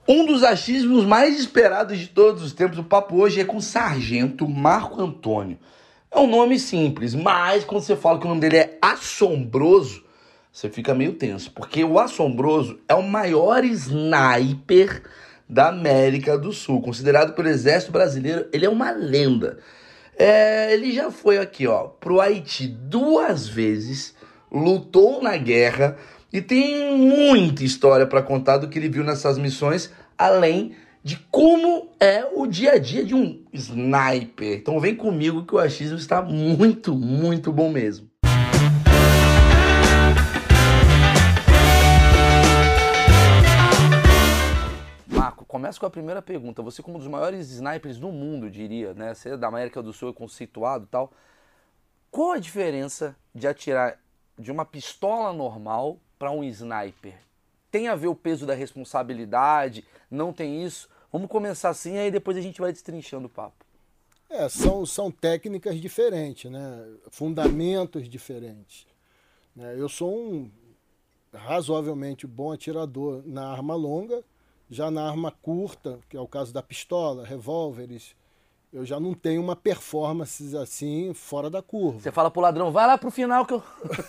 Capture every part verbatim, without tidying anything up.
Um dos achismos mais esperados de todos os tempos, o papo hoje é com o Sargento Marco Antônio. É um nome simples, mas quando você fala que o nome dele é assombroso, você fica meio tenso, porque o Assombroso é o maior sniper da América do Sul, considerado pelo Exército Brasileiro. Ele é uma lenda. É, ele já foi aqui, ó, pro Haiti duas vezes, lutou na guerra e tem muita história para contar do que ele viu nessas missões, além de como é o dia a dia de um sniper. Então vem comigo que o achismo está muito, muito bom mesmo. Marco, começa com a primeira pergunta. Você, como um dos maiores snipers do mundo, diria, né? Você é da América do Sul, é conceituado e tal. Qual a diferença de atirar de uma pistola normal para um sniper? Tem a ver o peso da responsabilidade? Não tem isso? Vamos começar assim, aí depois a gente vai destrinchando o papo. É, são, são técnicas diferentes, né? Fundamentos diferentes. Eu sou um razoavelmente bom atirador na arma longa. Já na arma curta, que é o caso da pistola, revólveres, eu já não tenho uma performance assim fora da curva. Você fala pro ladrão, vai lá pro final que eu...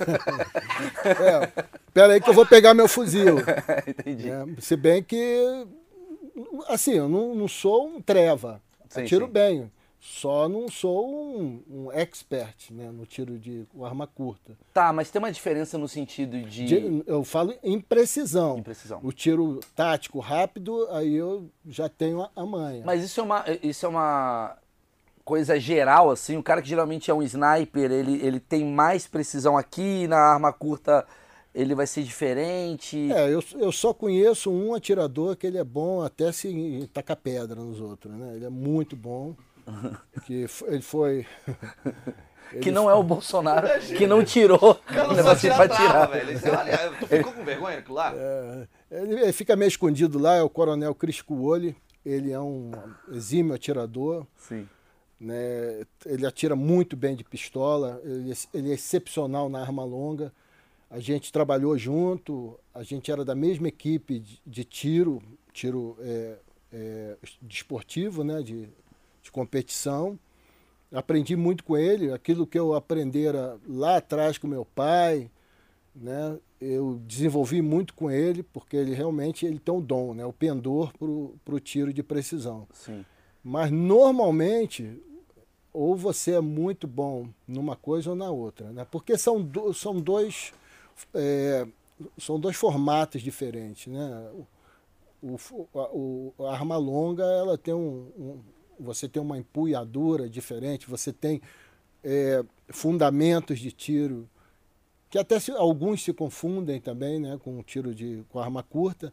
é, pera aí que eu vou pegar meu fuzil. Entendi. É, se bem que, assim, eu não, não sou um treva, sim, atiro sim. bem. Só não sou um, um expert, né, no tiro de com arma curta. Tá, mas tem uma diferença no sentido de... de eu falo em precisão. Em precisão. O tiro tático rápido, aí eu já tenho a, a manha. Mas isso é uma, isso é uma coisa geral, assim? O cara que geralmente é um sniper, ele, ele tem mais precisão aqui, na arma curta ele vai ser diferente? É, eu, eu só conheço um atirador que ele é bom até se tacar pedra nos outros, né? Ele é muito bom. Que ele foi... Ele que não foi... é o Bolsonaro, que não tirou o negócio pra tirar. Velho. Aliás, tu ficou com vergonha aquilo lá? É, ele, ele fica meio escondido lá, é o coronel Cris Cuoli. Ele é um exímio atirador. Sim. Né? Ele atira muito bem de pistola, ele, ele é excepcional na arma longa. A gente trabalhou junto, a gente era da mesma equipe de, de tiro, tiro é, é, desportivo, né? de, de competição. Aprendi muito com ele, aquilo que eu aprendera lá atrás com meu pai, né? Eu desenvolvi muito com ele, porque ele realmente ele tem o dom, né? O pendor para o tiro de precisão. Sim. Mas normalmente, ou você é muito bom numa coisa ou na outra, né? Porque são, do, são, dois, é, são dois formatos diferentes, né? O, o, a, a arma longa, ela tem um, um você tem uma empunhadura diferente, você tem é, fundamentos de tiro, que até se, alguns se confundem também, né, com tiro de com arma curta,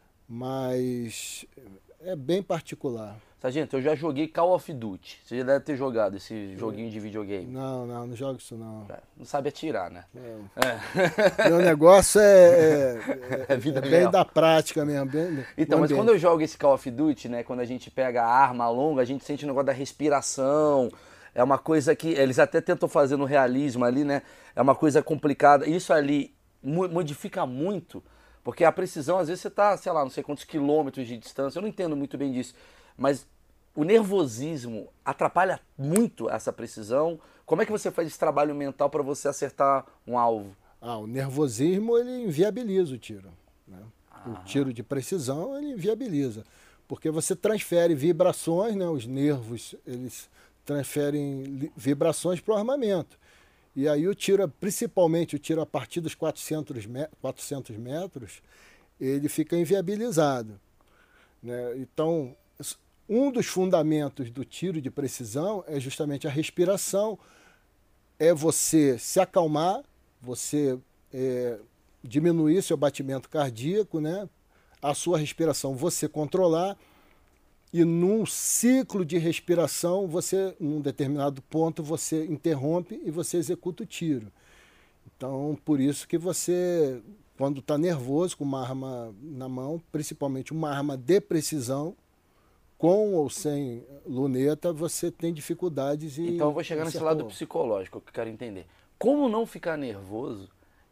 mas é bem particular. Sargento, eu já joguei Call of Duty. Você já deve ter jogado esse joguinho de videogame. Não, não, não jogo isso não. Não sabe atirar, né? É. É. Meu negócio é, é, é, é, vida é bem real. da prática mesmo. Bem, então, mas quando eu jogo esse Call of Duty, né, quando a gente pega a arma longa, a gente sente o negócio da respiração. É uma coisa que eles até tentam fazer no realismo ali, né? É uma coisa complicada. Isso ali modifica muito, porque a precisão, às vezes você tá, sei lá, não sei quantos quilômetros de distância. Eu não entendo muito bem disso, mas o nervosismo atrapalha muito essa precisão. Como é que você faz esse trabalho mental para você acertar um alvo? Ah, o nervosismo ele inviabiliza o tiro, né? Ah. O tiro de precisão ele inviabiliza, porque você transfere vibrações, né? Os nervos eles transferem vibrações para o armamento. E aí o tiro, principalmente o tiro a partir dos quatrocentos metros, ele fica inviabilizado, né? Então, um dos fundamentos do tiro de precisão é justamente a respiração, é você se acalmar, você é, diminuir seu batimento cardíaco, né? A sua respiração você controlar, e num ciclo de respiração, você, num determinado ponto, você interrompe e você executa o tiro. Então, por isso que você, quando está nervoso com uma arma na mão, principalmente uma arma de precisão, com ou sem luneta, você tem dificuldades em... Então eu vou chegar nesse lado psicológico que eu quero entender. Como não ficar nervoso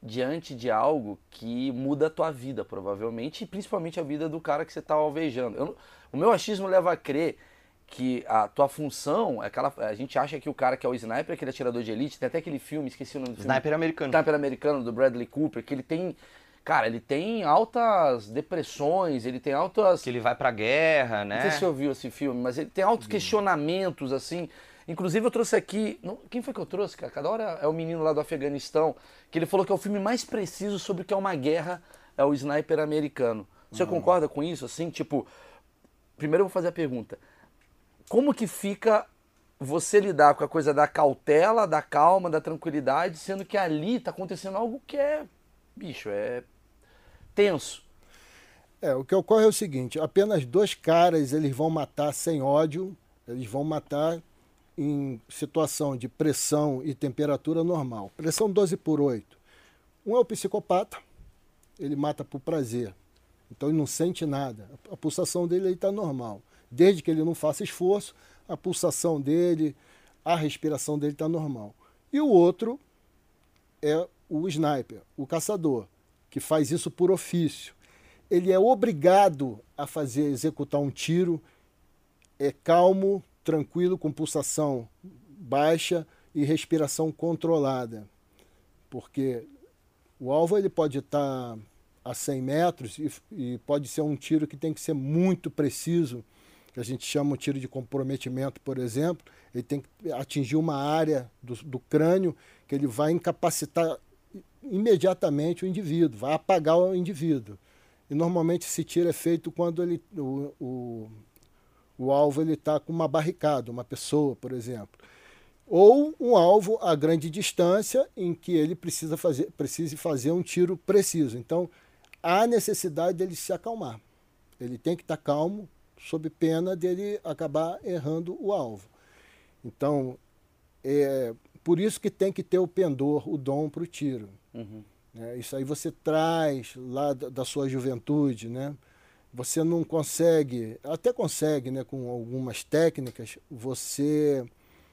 diante de algo que muda a tua vida, provavelmente, e principalmente a vida do cara que você tá alvejando. Eu, o meu achismo leva a crer que a tua função é aquela. A gente acha que o cara que é o sniper, aquele atirador de elite, tem até aquele filme, esqueci o nome do filme. Sniper americano. Sniper americano, do Bradley Cooper, que ele tem. Cara, ele tem altas depressões, ele tem altas. Que ele vai pra guerra, né? Não sei se você ouviu esse filme, mas ele tem altos questionamentos, assim. Inclusive eu trouxe aqui. Não, quem foi que eu trouxe, cara? Cada hora é o menino lá do Afeganistão, que ele falou que é o filme mais preciso sobre o que é uma guerra, é o Sniper americano. Você hum. concorda com isso? Assim, tipo. Primeiro eu vou fazer a pergunta. Como que fica você lidar com a coisa da cautela, da calma, da tranquilidade, sendo que ali tá acontecendo algo que é, bicho, é tenso? É, o que ocorre é o seguinte, apenas dois caras eles vão matar sem ódio, eles vão matar em situação de pressão e temperatura normal. Pressão doze por oito. Um é o psicopata, ele mata por prazer, então ele não sente nada, a pulsação dele está normal. Desde que ele não faça esforço, a pulsação dele, a respiração dele está normal. E o outro é o sniper, o caçador, que faz isso por ofício. Ele é obrigado a fazer, executar um tiro, é calmo, tranquilo, com pulsação baixa e respiração controlada. Porque o alvo ele pode estar a cem metros e, e pode ser um tiro que tem que ser muito preciso, que a gente chama um tiro de comprometimento, por exemplo. Ele tem que atingir uma área do, do crânio que ele vai incapacitar imediatamente o indivíduo, vai apagar o indivíduo. E normalmente esse tiro é feito quando ele, o, o, o alvo está com uma barricada, uma pessoa, por exemplo. Ou um alvo a grande distância em que ele precisa fazer, precise fazer um tiro preciso. Então, há necessidade dele se acalmar. Ele tem que estar calmo, sob pena dele acabar errando o alvo. Então, é por isso que tem que ter o pendor, o dom para o tiro. Uhum. É, isso aí você traz lá da, da sua juventude, né? Você não consegue, até consegue, né, com algumas técnicas, você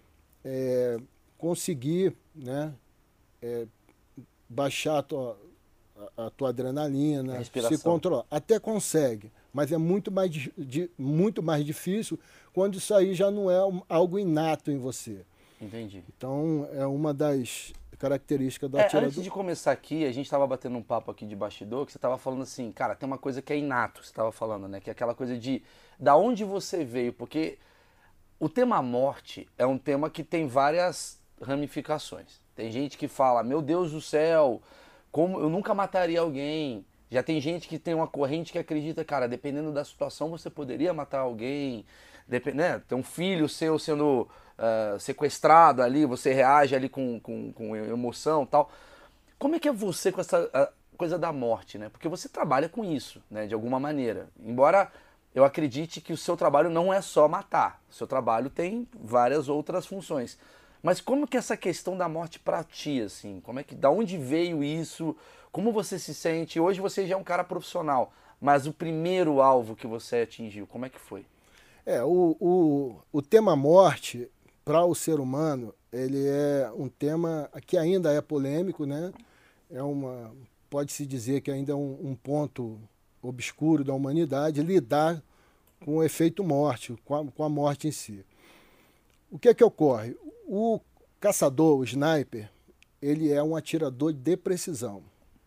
é, conseguir, né, é, baixar a tua, a, a tua adrenalina, se controlar. Até consegue, mas é muito mais, di, muito mais difícil quando isso aí já não é um, algo inato em você. Entendi. Então, é uma das características do é, atirador. Antes de começar aqui, a gente estava batendo um papo aqui de bastidor, que você estava falando assim, cara, tem uma coisa que é inato, você estava falando, né? Que é aquela coisa de da onde você veio, porque o tema morte é um tema que tem várias ramificações. Tem gente que fala, meu Deus do céu, como eu nunca mataria alguém. Já tem gente que tem uma corrente que acredita, cara, dependendo da situação você poderia matar alguém. Dep né? Tem um filho seu sendo uh, sequestrado ali, você reage ali com, com, com emoção e tal. Como é que é você com essa coisa da morte, né? Porque você trabalha com isso, né? De alguma maneira. Embora eu acredite que o seu trabalho não é só matar. O seu trabalho tem várias outras funções. Mas como que é essa questão da morte pra ti, assim? Como é que, da onde veio isso? Como você se sente? Hoje você já é um cara profissional, mas o primeiro alvo que você atingiu, como é que foi? É, o, o, o tema morte, para o ser humano, ele é um tema que ainda é polêmico, né? É uma, pode-se dizer que ainda é um, um ponto obscuro da humanidade, lidar com o efeito morte, com a, com a morte em si. O que é que ocorre? O caçador, o sniper, ele é um atirador de precisão.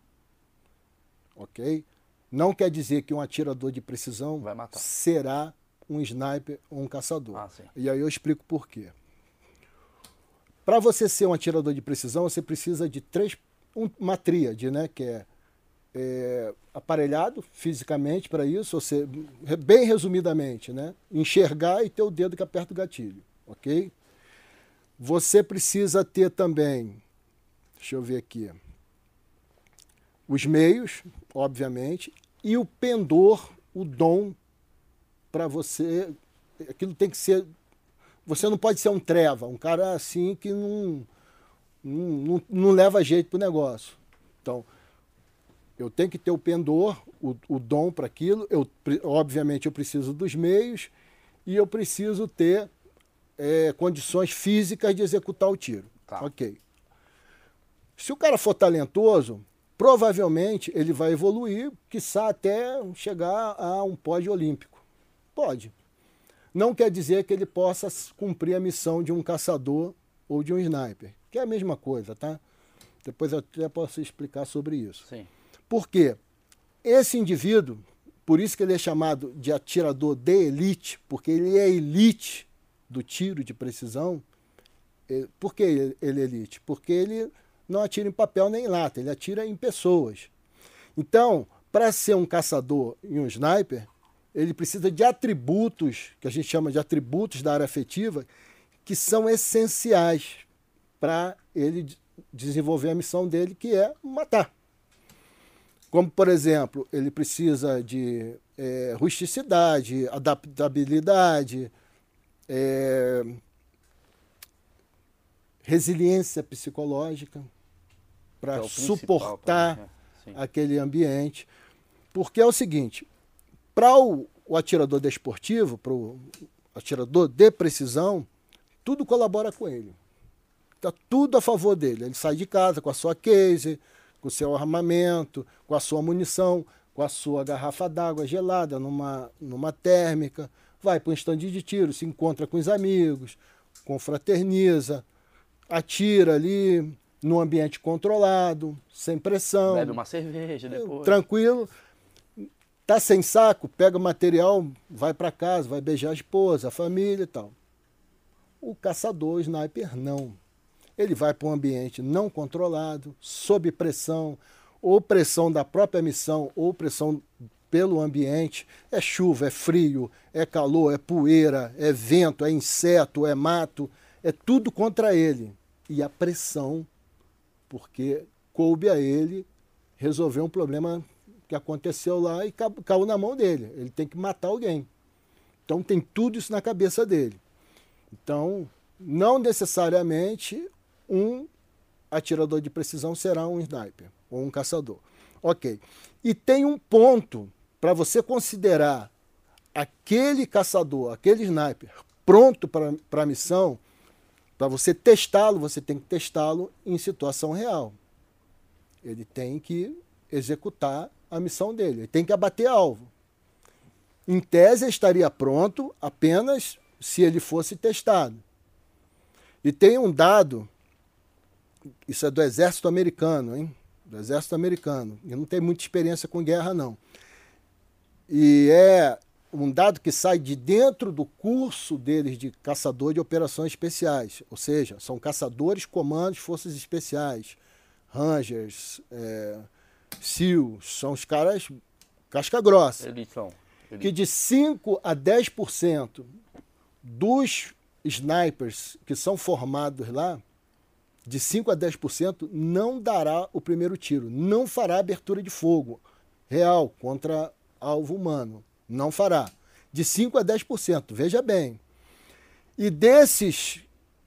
Ok? Não quer dizer que um atirador de precisão vai matar. Será um sniper ou um caçador. Ah, sim. E aí eu explico por quê. Para você ser um atirador de precisão, você precisa de três, um, uma tríade, né? Que é, é aparelhado fisicamente para isso, ou seja, bem resumidamente, né? Enxergar e ter o dedo que aperta o gatilho, ok? Você precisa ter também, deixa eu ver aqui, os meios, obviamente, e o pendor, o dom para você. Aquilo tem que ser. Você não pode ser um treva, um cara assim que não, não, não, não leva jeito para o negócio. Então, eu tenho que ter o pendor, o, o dom para aquilo. Eu, obviamente, eu preciso dos meios e eu preciso ter é, condições físicas de executar o tiro. Tá. Ok. Se o cara for talentoso, provavelmente ele vai evoluir, quiçá até chegar a um pódio olímpico. Pode. Não quer dizer que ele possa cumprir a missão de um caçador ou de um sniper, que é a mesma coisa, tá? Depois eu até posso explicar sobre isso. Sim. Por quê? Esse indivíduo, por isso que ele é chamado de atirador de elite, porque ele é elite do tiro de precisão. Por que ele é elite? Porque ele não atira em papel nem em lata, ele atira em pessoas. Então, para ser um caçador e um sniper, ele precisa de atributos, que a gente chama de atributos da área afetiva, que são essenciais para ele desenvolver a missão dele, que é matar. Como, por exemplo, ele precisa de é, rusticidade, adaptabilidade, é, resiliência psicológica para É o principal suportar também, é. Sim. aquele ambiente. Porque é o seguinte, para o, o atirador desportivo, para o atirador de precisão, tudo colabora com ele. Está tudo a favor dele. Ele sai de casa com a sua case, com o seu armamento, com a sua munição, com a sua garrafa d'água gelada numa, numa térmica, vai para um estande de tiro, se encontra com os amigos, confraterniza, atira ali num ambiente controlado, sem pressão. Bebe uma cerveja depois. Tranquilo. Tá sem saco, pega o material, vai para casa, vai beijar a esposa, a família e tal. O caçador, o sniper, não. Ele vai para um ambiente não controlado, sob pressão, ou pressão da própria missão, ou pressão pelo ambiente. É chuva, é frio, é calor, é poeira, é vento, é inseto, é mato, é tudo contra ele. E a pressão, porque coube a ele resolver um problema que aconteceu lá e caiu na mão dele. Ele tem que matar alguém. Então tem tudo isso na cabeça dele. Então, não necessariamente um atirador de precisão será um sniper ou um caçador. Ok. E tem um ponto para você considerar aquele caçador, aquele sniper pronto para a missão. Para você testá-lo, você tem que testá-lo em situação real. Ele tem que executar a missão dele, ele tem que abater alvo. Em tese, estaria pronto apenas se ele fosse testado. E tem um dado, isso é do exército americano, hein? Do exército americano. Eu não tenho muita experiência com guerra, não. E é um dado que sai de dentro do curso deles de caçador de operações especiais. Ou seja, são caçadores, comandos, forças especiais, Rangers, é, SEALs, são os caras casca grossa. Eles são. Eles... Que de cinco a dez por cento dos snipers que são formados lá, de cinco a dez por cento não dará o primeiro tiro, não fará abertura de fogo real contra alvo humano. Não fará. De cinco a dez por cento, veja bem. E desses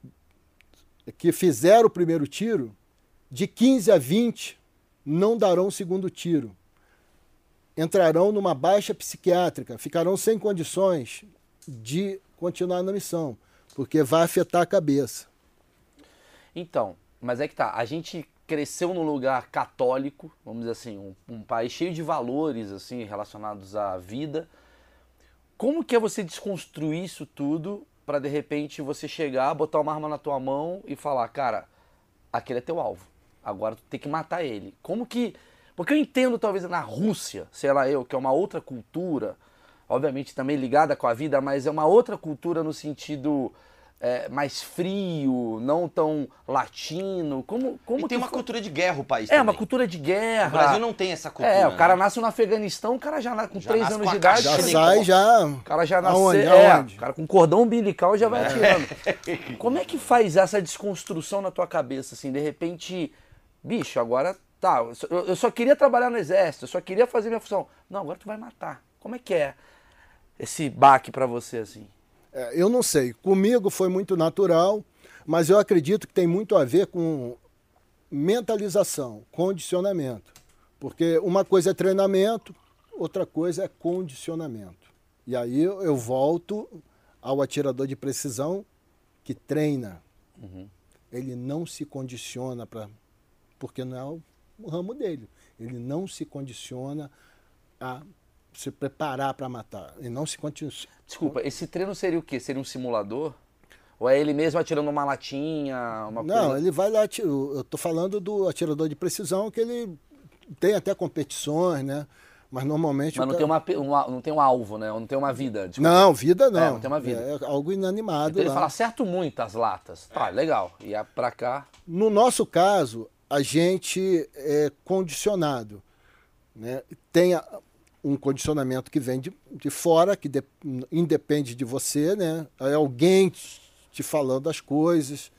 que fizeram o primeiro tiro, de quinze a vinte não darão o segundo tiro. Entrarão numa baixa psiquiátrica, ficarão sem condições de continuar na missão, porque vai afetar a cabeça. Então, mas é que tá, a gente cresceu num lugar católico, vamos dizer assim, um, um país cheio de valores assim relacionados à vida. Como que é você desconstruir isso tudo para de repente você chegar, botar uma arma na tua mão e falar, cara, aquele é teu alvo, agora tu tem que matar ele. Como que... Porque eu entendo talvez na Rússia, sei lá eu, que é uma outra cultura, obviamente também ligada com a vida, mas é uma outra cultura no sentido... É, mais frio, não tão latino. Como, como e tem que uma foi? cultura de guerra o país É, também. uma cultura de guerra. O Brasil não tem essa cultura. É, o cara né? nasce no Afeganistão, o cara já nasce com Já três nasce anos com a de idade. Já caixa, sai, já... O cara já nasce... Aonde? É, Aonde? o cara com cordão umbilical já vai atirando. Como é que faz essa desconstrução na tua cabeça, assim, de repente... Bicho, agora tá, eu, eu só queria trabalhar no exército, eu só queria fazer minha função. Não, agora tu vai matar. Como é que é esse baque pra você, assim? É, eu não sei. Comigo foi muito natural, mas eu acredito que tem muito a ver com mentalização, condicionamento. Porque uma coisa é treinamento, outra coisa é condicionamento. E aí eu volto ao atirador de precisão que treina. Uhum. Ele não se condiciona para... porque não é o ramo dele. Ele não se condiciona a se preparar para matar. Ele não se condiciona. Desculpa, esse treino seria o quê? Seria um simulador? Ou é ele mesmo atirando uma latinha, uma Não, coisa... ele vai lá, eu estou falando do atirador de precisão, que ele tem até competições, né? Mas normalmente... Mas não, cara... tem uma, uma, não tem um alvo, né? Ou não tem uma vida. Desculpa. Não, vida não. É, não tem uma vida. É algo inanimado. Então ele lá. fala, acerto muito as latas. Tá, legal. E a- pra cá... No nosso caso, a gente é condicionado, né? Tem a- um condicionamento que vem de, de fora, que de- independe de você, né? É alguém te falando as coisas.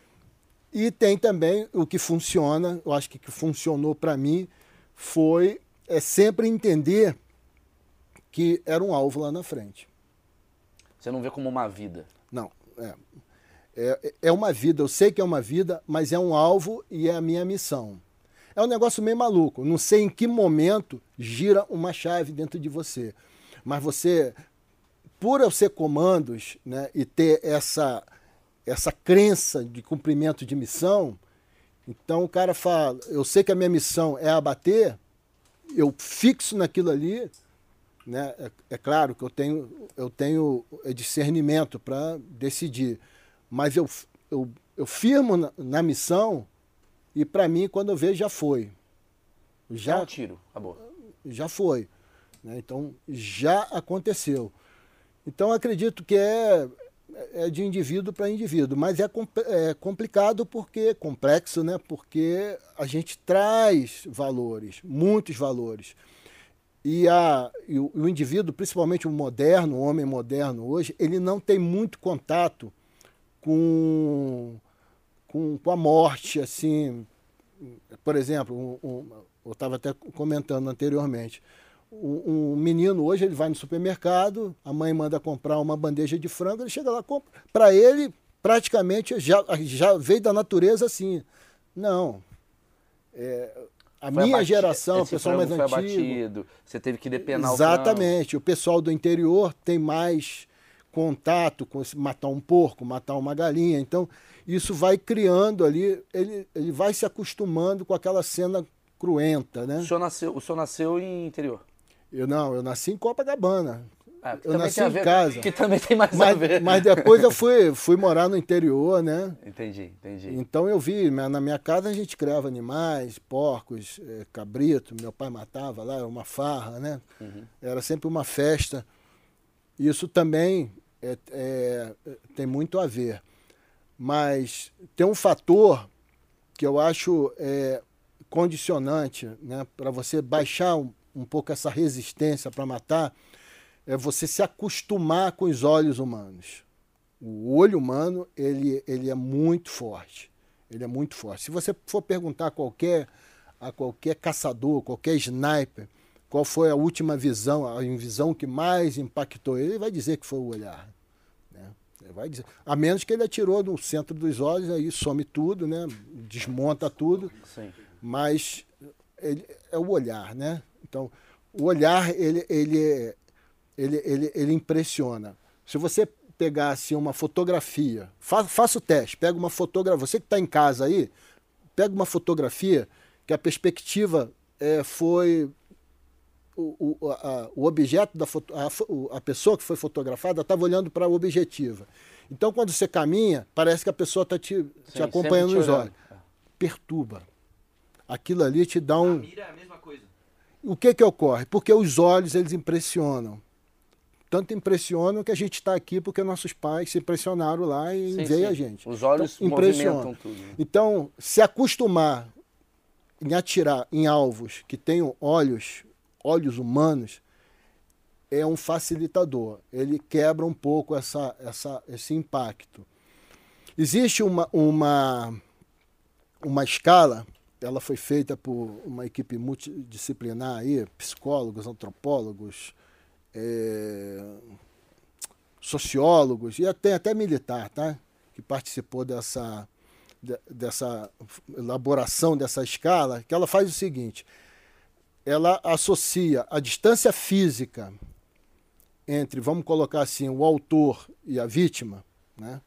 E tem também o que funciona, eu acho que o que funcionou para mim foi é sempre entender que era um alvo lá na frente. Você não vê como uma vida. Não, é, é, é uma vida, eu sei que é uma vida, mas é um alvo e é a minha missão. É um negócio meio maluco, não sei em que momento gira uma chave dentro de você, mas você, por eu ser comandos, né, e ter essa, essa crença de cumprimento de missão, então o cara fala, eu sei que a minha missão é abater, eu fixo naquilo ali, né? É, é claro que eu tenho, eu tenho discernimento para decidir, mas eu, eu, eu firmo na, na missão e para mim, quando eu vejo, já foi. Já, É um tiro, acabou. já foi. Né? Então, já aconteceu. Então, acredito que é, é de indivíduo para indivíduo, mas é, é complicado porque, complexo, né? Porque a gente traz valores, muitos valores. E, a, e o, o indivíduo, principalmente o moderno, o homem moderno hoje, ele não tem muito contato com, com, com a morte, assim. Por exemplo, um, um, eu estava até comentando anteriormente, um, um menino hoje, ele vai no supermercado, a mãe manda comprar uma bandeja de frango, ele chega lá, compra. Para ele, praticamente, já, já veio da natureza assim. Não. É, a Foi minha abatido, geração, o esse pessoal mais frango foi antigo... abatido, você teve que depenar Exatamente. o O pessoal do interior tem mais contato com esse, matar um porco, matar uma galinha. Então, isso vai criando ali, ele, ele vai se acostumando com aquela cena cruenta, né? frango. O senhor nasceu, o senhor nasceu em interior. Eu não, eu nasci em Copacabana. É, que Eu também nasci tem a em ver- casa. Que também tem mais a Mas, ver. mas depois eu fui, fui morar no interior, né? Entendi, entendi. Então eu vi, na na minha casa a gente criava animais, porcos, eh, cabrito, meu pai matava lá, era uma farra, né? Uhum. Era sempre uma festa. Isso também é, é, tem muito a ver. Mas tem um fator que eu acho é, condicionante, né, para você baixar um, um pouco essa resistência para matar, é você se acostumar com os olhos humanos. O olho humano, ele, ele é muito forte. Ele é muito forte. Se você for perguntar a qualquer, a qualquer caçador, qualquer sniper, qual foi a última visão, a visão que mais impactou ele, ele vai dizer que foi o olhar. Né? Ele vai dizer. A menos que ele atirou no centro dos olhos, aí some tudo, né? Desmonta tudo. Sim. Mas ele, é o olhar, né? Então, o olhar, ele, ele, ele, ele, ele impressiona. Se você pegar assim, uma fotografia, fa, faça o teste, pega uma fotografia, você que está em casa aí, pega uma fotografia que a perspectiva é, foi... O, o, a, o objeto da foto, a, a pessoa que foi fotografada estava olhando para a objetiva. Então, quando você caminha, parece que a pessoa está te, te Sim, acompanhando sempre te nos olhando. olhos. Perturba. Aquilo ali te dá A um... mira é a mesma coisa. O que que ocorre? Porque os olhos, eles impressionam. Tanto impressionam que a gente está aqui porque nossos pais se impressionaram lá e Sim, veio sim. a gente. Os olhos Então, impressiona. movimentam tudo. né? Então, se acostumar em atirar em alvos que tenham olhos, olhos humanos, é um facilitador. Ele quebra um pouco essa, essa, esse impacto. Existe uma, uma, uma escala, ela foi feita por uma equipe multidisciplinar, aí, psicólogos, antropólogos, é, sociólogos e até, até militar, tá? Que participou dessa, de, dessa elaboração dessa escala, que ela faz o seguinte: ela associa a distância física entre, vamos colocar assim, o autor e a vítima, né?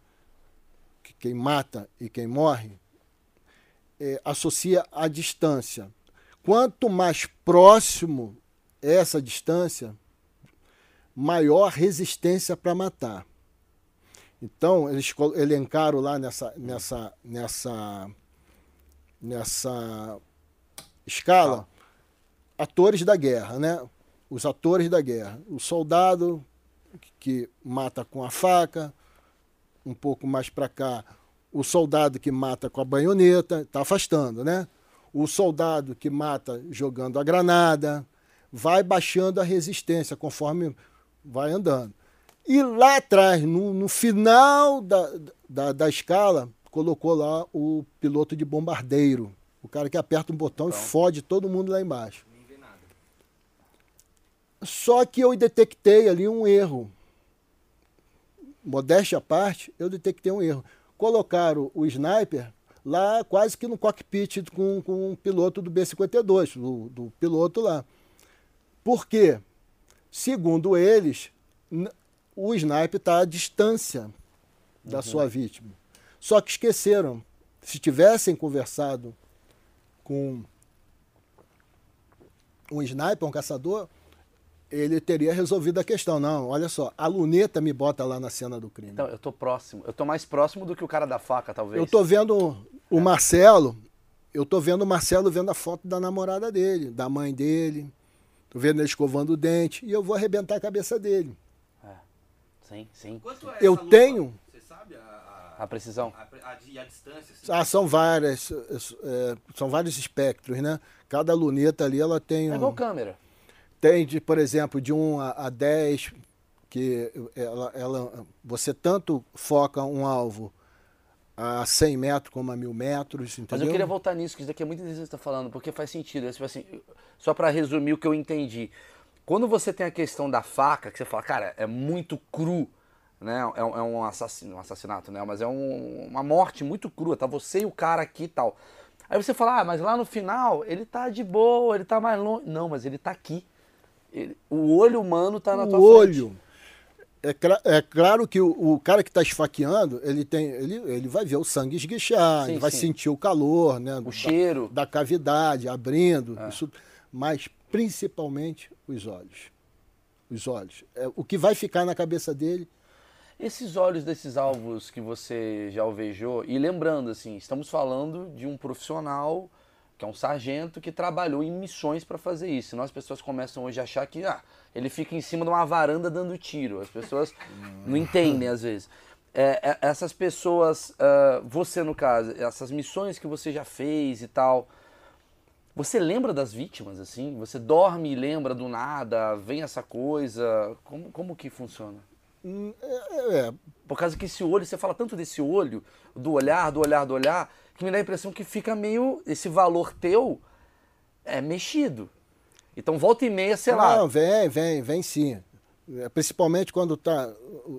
Quem mata e quem morre, é, associa a distância. Quanto mais próximo essa distância, maior resistência para matar. Então, eles elencaram lá nessa, nessa, nessa, nessa escala atores da guerra, né? Os atores da guerra. O soldado que mata com a faca, um pouco mais para cá, o soldado que mata com a baioneta, está afastando, né? O soldado que mata jogando a granada, vai baixando a resistência conforme vai andando. E lá atrás, no, no final da, da, da escala, colocou lá o piloto de bombardeiro. O cara que aperta um botão então, e fode todo mundo lá embaixo. Nem vê nada. Só que eu detectei ali um erro. Modéstia à parte, eu detectei um erro. Colocaram o sniper lá quase que no cockpit com, com o piloto do B cinquenta e dois, do, do piloto lá. Por quê? Segundo eles, o sniper está à distância da uhum. sua vítima. Só que esqueceram. Se tivessem conversado com um sniper, um caçador, ele teria resolvido a questão. Não, olha só, a luneta me bota lá na cena do crime. Então, eu tô próximo. Eu tô mais próximo do que o cara da faca, talvez. Eu tô vendo o é. Marcelo, eu tô vendo o Marcelo vendo a foto da namorada dele, da mãe dele. Tô vendo ele escovando o dente e eu vou arrebentar a cabeça dele. É. Sim, sim. Quanto é eu essa lupa? tenho... Você sabe a, a, a precisão? A, a, a distância? Assim? Ah, são várias, é, são vários espectros, né? Cada luneta ali, ela tem um... É igual câmera. Tem, de, por exemplo, de um a dez, que ela, ela, você tanto foca um alvo a cem metros como a mil metros, entendeu? Mas eu queria voltar nisso, que isso daqui é muito interessante que você está falando, porque faz sentido. Assim, só para resumir o que eu entendi. Quando você tem a questão da faca, que você fala, cara, é muito cru, né? É, é um, assassino, um assassinato, né? Mas é um, uma morte muito crua, tá você e o cara aqui e tal. Aí você fala, ah, mas lá no final ele tá de boa, ele tá mais longe. Não, mas ele tá aqui. Ele, o olho humano tá na o tua olho. frente. É, é claro que o, o cara que está esfaqueando, ele, tem, ele, ele vai ver o sangue esguichar, Sim, ele vai sim. sentir o calor, né, o da, cheiro da cavidade abrindo, é. isso, mas principalmente os olhos. Os olhos. É, o que vai ficar na cabeça dele. Esses olhos desses alvos que você já alvejou, e lembrando, assim, estamos falando de um profissional que é um sargento que trabalhou em missões para fazer isso. Senão as pessoas começam hoje a achar que ah, ele fica em cima de uma varanda dando tiro. As pessoas não entendem às vezes. É, é, essas pessoas, uh, você no caso, essas missões que você já fez e tal, você lembra das vítimas, assim? Você dorme e lembra do nada, vem essa coisa? Como, como que funciona? É, é. Por causa que esse olho, você fala tanto desse olho, do olhar, do olhar, do olhar, que me dá a impressão que fica meio, esse valor teu é mexido. Então volta e meia, sei Não, lá. Não, vem, vem, vem sim. Principalmente quando está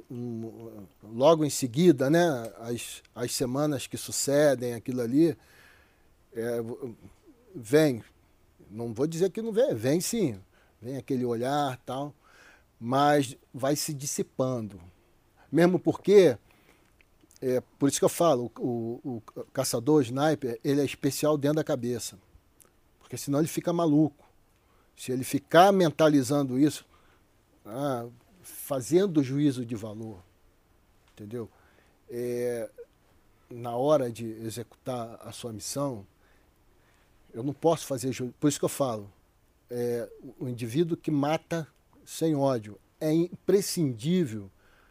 logo em seguida, né? As, as semanas que sucedem aquilo ali, é, vem. Não vou dizer que não vem, vem sim. Vem aquele olhar e tal, mas vai se dissipando. Mesmo porque... É, por isso que eu falo, o, o, o caçador, o sniper, ele é especial dentro da cabeça. Porque senão ele fica maluco. Se ele ficar mentalizando isso, ah, fazendo juízo de valor, entendeu? É, na hora de executar a sua missão, eu não posso fazer juízo. Por isso que eu falo, é, o indivíduo que mata sem ódio é imprescindível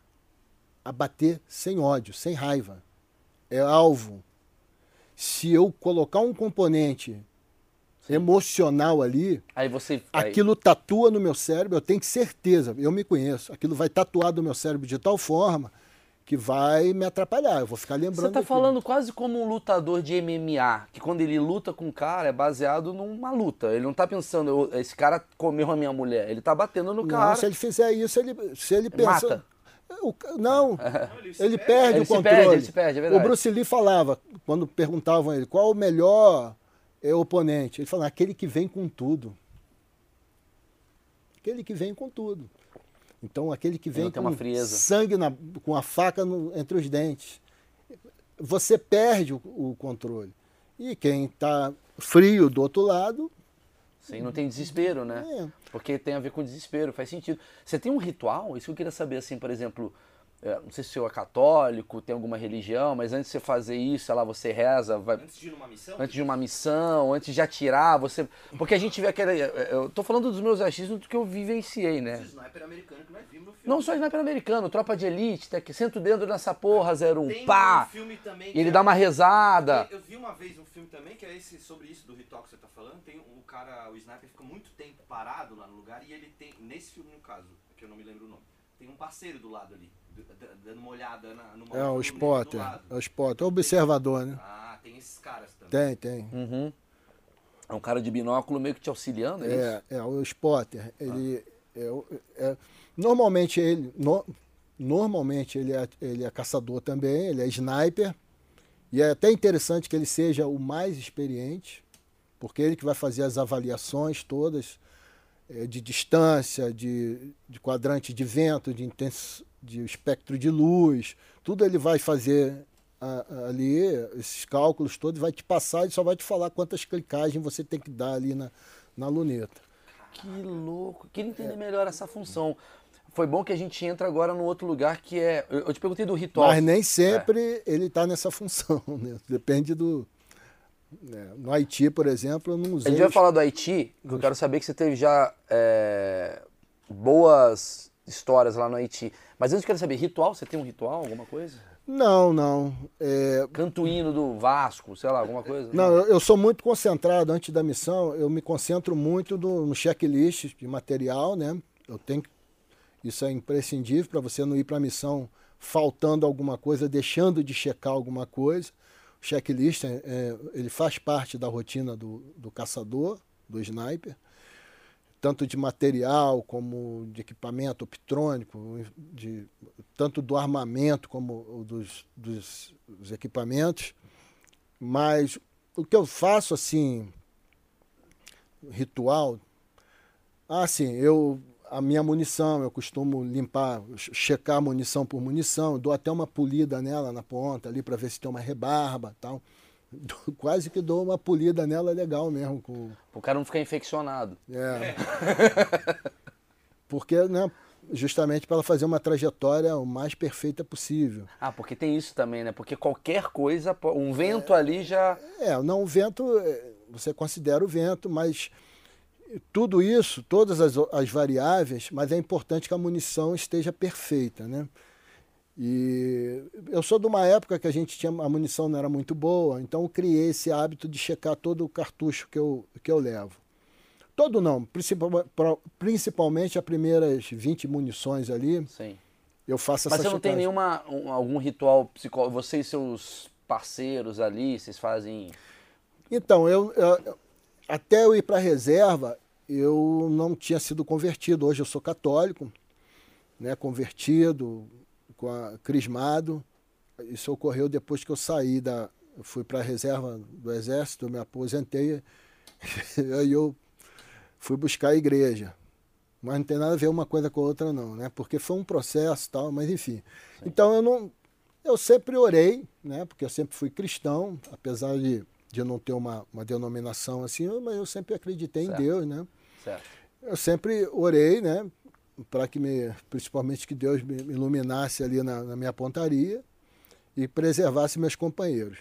abater sem ódio, sem raiva. É alvo. Se eu colocar um componente Sim. emocional ali, aí você, aquilo aí... tatua no meu cérebro, eu tenho certeza, eu me conheço, aquilo vai tatuar no meu cérebro de tal forma que vai me atrapalhar, eu vou ficar lembrando. Você está daquilo. falando quase como um lutador de M M A, que quando ele luta com um cara é baseado numa luta. Ele não está pensando, esse cara comeu a minha mulher, ele está batendo no não, cara. Se ele fizer isso, ele, se ele pensa... Mata. O, não, ele, ele perde, perde ele o controle. Perde, ele se perde, é verdade. O Bruce Lee falava, quando perguntavam a ele, qual o melhor é, oponente? Ele falava, aquele que vem com tudo. Aquele que vem com tudo. Então, aquele que vem com sangue, na, com a faca no, entre os dentes. Você perde o, o controle. E quem está frio do outro lado, Sim, não tem desespero, né? É. Porque tem a ver com desespero, faz sentido. Você tem um ritual? Isso que eu queria saber, assim, por exemplo, é, não sei se você é católico, tem alguma religião, mas antes de você fazer isso, sei lá, você reza, vai... Antes de ir numa missão? Antes de uma missão, antes de atirar, você... Porque a gente vê aquela... Eu tô falando dos meus achismos do que eu vivenciei, né? O sniper americano que nós vimos no filme. Não só sniper americano, tropa de elite, tá, que senta o dedo nessa porra, zero um, Tem pá! um filme também E que ele é- dá uma rezada. Eu vi uma vez um filme também que é esse sobre isso do ritual que você tá falando. Tem um, o cara, o sniper fica muito tempo parado lá no lugar e ele tem, nesse filme no caso, que eu não me lembro o nome, tem um parceiro do lado ali, d- d- dando uma olhada na, no É o no spotter, do lado. é o spotter, é o observador, né? Ah, tem esses caras também. Tem, tem. Uhum. É um cara de binóculo meio que te auxiliando, é isso? É, é o spotter. Ele é, o- é- normalmente ele no- normalmente ele é, ele é caçador também, ele é sniper. E é até interessante que ele seja o mais experiente, porque ele que vai fazer as avaliações todas é, de distância, de, de quadrante de vento, de, intens, de espectro de luz, tudo ele vai fazer a- a- ali, esses cálculos todos, vai te passar e só vai te falar quantas clicagens você tem que dar ali na, na luneta. Que louco. Queria entender melhor essa função. Foi bom que a gente entra agora num outro lugar que é... Eu eu te perguntei do ritual. Mas nem sempre ele está nessa função, né? Depende do... né? No Haiti, por exemplo, eu não A usei... gente vai os- falar do Haiti, que eu quero saber que você teve já é, boas histórias lá no Haiti. Mas antes eu quero saber, ritual? Você tem um ritual, alguma coisa? Não, não. É, Canto hino do Vasco, sei lá, alguma coisa? Não, eu, eu sou muito concentrado antes da missão, eu me concentro muito do- no checklist de material, né? Eu tenho que- isso é imprescindível para você não ir para a missão faltando alguma coisa, deixando de checar alguma coisa. O checklist, é, é, ele faz parte da rotina do, do caçador, do sniper, tanto de material como de equipamento optrônico, de, tanto do armamento como dos, dos, dos equipamentos. Mas o que eu faço, assim, ritual, assim, eu, a minha munição, eu costumo limpar, checar a munição por munição, dou até uma polida nela na ponta ali para ver se tem uma rebarba e tal. Quase que dou uma polida nela legal mesmo. Com, O cara não ficar infeccionado. é. Porque, né, justamente para ela fazer uma trajetória o mais perfeita possível. Ah, porque tem isso também, né? Porque qualquer coisa, po- um vento ali já... É, não, o vento, é, você considera o vento, mas tudo isso, todas as, as variáveis, mas é importante que a munição esteja perfeita, né? E eu sou de uma época que a gente tinha, a munição não era muito boa, então eu criei esse hábito de checar todo o cartucho que eu, que eu levo. Todo não, principal, principalmente as primeiras vinte munições ali, Sim. eu faço Mas essa você não tem checagem. nenhuma, um- algum ritual psicológico? Você e seus parceiros ali, vocês fazem... Então, eu, eu- até eu ir para a reserva, eu não tinha sido convertido. Hoje eu sou católico, né, convertido, com a, crismado. Isso ocorreu depois que eu saí da... Eu fui para a reserva do Exército, eu me aposentei, aí eu fui buscar a igreja. Mas não tem nada a ver uma coisa com a outra não, né? Porque foi um processo e tal, mas enfim. Então eu não... Eu sempre orei, né? Porque eu sempre fui cristão, apesar de, de eu não ter uma, uma denominação assim, eu- mas eu sempre acreditei Certo. em Deus, né? Certo. Eu sempre orei, né? Para que me, principalmente que Deus me me iluminasse ali na, na minha pontaria e preservasse meus companheiros.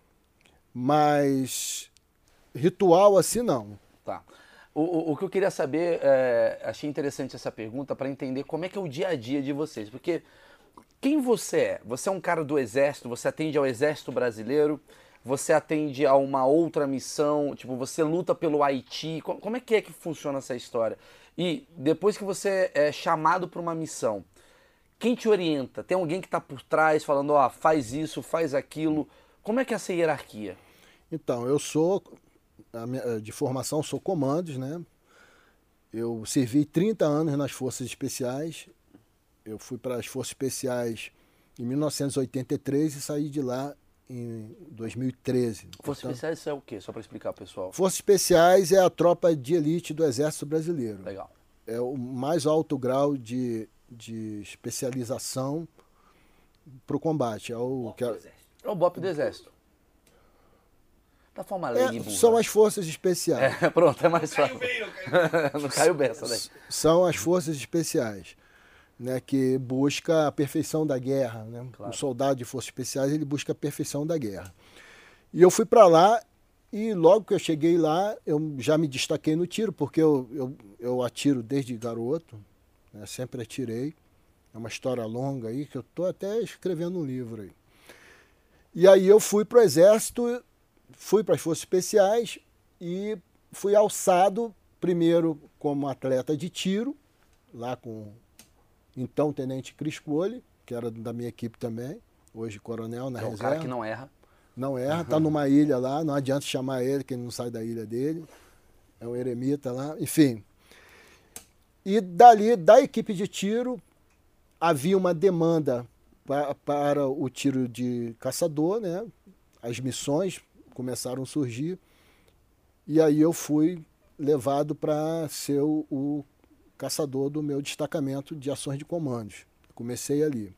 Mas ritual assim não. Tá. O, o, o que eu queria saber, é, achei interessante essa pergunta para entender como é que é o dia a dia de vocês. Porque quem você é? Você é um cara do Exército, você atende ao Exército Brasileiro, você atende a uma outra missão, tipo, você luta pelo Haiti. Co- Como é que é que funciona essa história? E depois que você é chamado para uma missão, quem te orienta? Tem alguém que está por trás falando, ó, faz isso, faz aquilo. Como é que é essa hierarquia? Então, eu sou, a minha- de formação, sou comandos, né? Eu servi trinta anos nas Forças Especiais. Eu fui para as Forças Especiais em mil novecentos e oitenta e três e saí de lá em dois mil e treze. Forças Portanto, Especiais isso é o quê? Só para explicar, pessoal. Forças Especiais é a tropa de elite do Exército Brasileiro. Legal. É o mais alto grau de, de especialização para o combate. É o, que é- É o B O P do Exército. Da forma É, leiga e burra. são as forças especiais. É, pronto, é mais Caiu fácil. bem, não caiu. Não caiu bem essa daí. São as forças especiais, né, que busca a perfeição da guerra, né? Claro. O soldado de forças especiais, ele busca a perfeição da guerra. E eu fui para lá e logo que eu cheguei lá, eu já me destaquei no tiro, porque eu, eu, eu atiro desde garoto, né, sempre atirei. É uma história longa aí, que eu estou até escrevendo um livro aí. E aí eu fui para o Exército, fui para as Forças Especiais e fui alçado primeiro como atleta de tiro, lá com então Tenente Cris Cole, que era da minha equipe também, hoje coronel na É um reserva. cara que não erra. Não erra, tá numa ilha lá, não adianta chamar ele, que ele não sai da ilha dele. É um eremita lá, enfim. E dali, da equipe de tiro, havia uma demanda para, para o tiro de caçador, né? As missões começaram a surgir. E aí eu fui levado para ser o, o caçador do meu destacamento de ações de comandos. Comecei ali.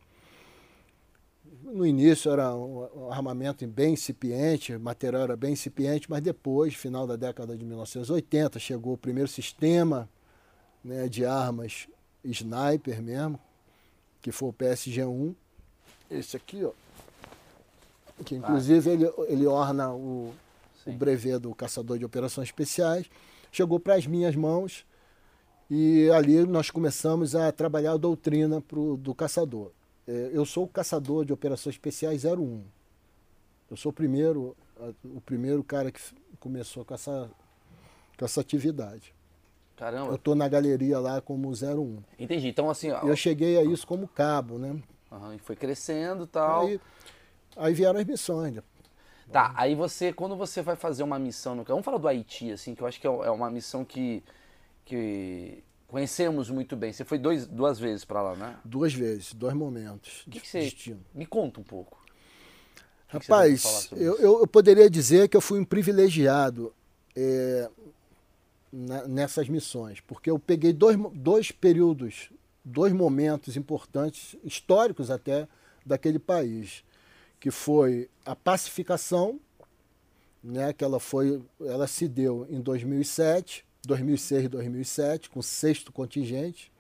No início era um armamento bem incipiente, o material era bem incipiente, mas depois, final da década de mil novecentos e oitenta, chegou o primeiro sistema, né, de armas sniper mesmo, que foi o P S G um. Esse aqui, ó, que inclusive ah. ele, ele orna o, o brevet do caçador de operações especiais. Chegou para as minhas mãos e ali nós começamos a trabalhar a doutrina pro, do caçador. Eu sou o caçador de operações especiais zero um. Eu sou o primeiro, o primeiro cara que começou com essa, com essa atividade. Caramba. Eu estou na galeria lá como zero um. Entendi. Então, assim... Ó, eu cheguei a isso como cabo, né? Uhum, e foi crescendo e tal. Aí, aí vieram as missões. Tá, aí você, quando você vai fazer uma missão no... Vamos falar do Haiti, assim, que eu acho que é uma missão que... que... conhecemos muito bem. Você foi dois, duas vezes para lá, né? Duas vezes, dois momentos. O que, que você... destino. Me conta um pouco. Que Rapaz, que eu, eu poderia dizer que eu fui um privilegiado é, na, nessas missões, porque eu peguei dois, dois períodos, dois momentos importantes, históricos até, daquele país, que foi a pacificação, né, que ela, foi, ela se deu em dois mil e sete, dois mil e seis, dois mil e sete, com o sexto contingente.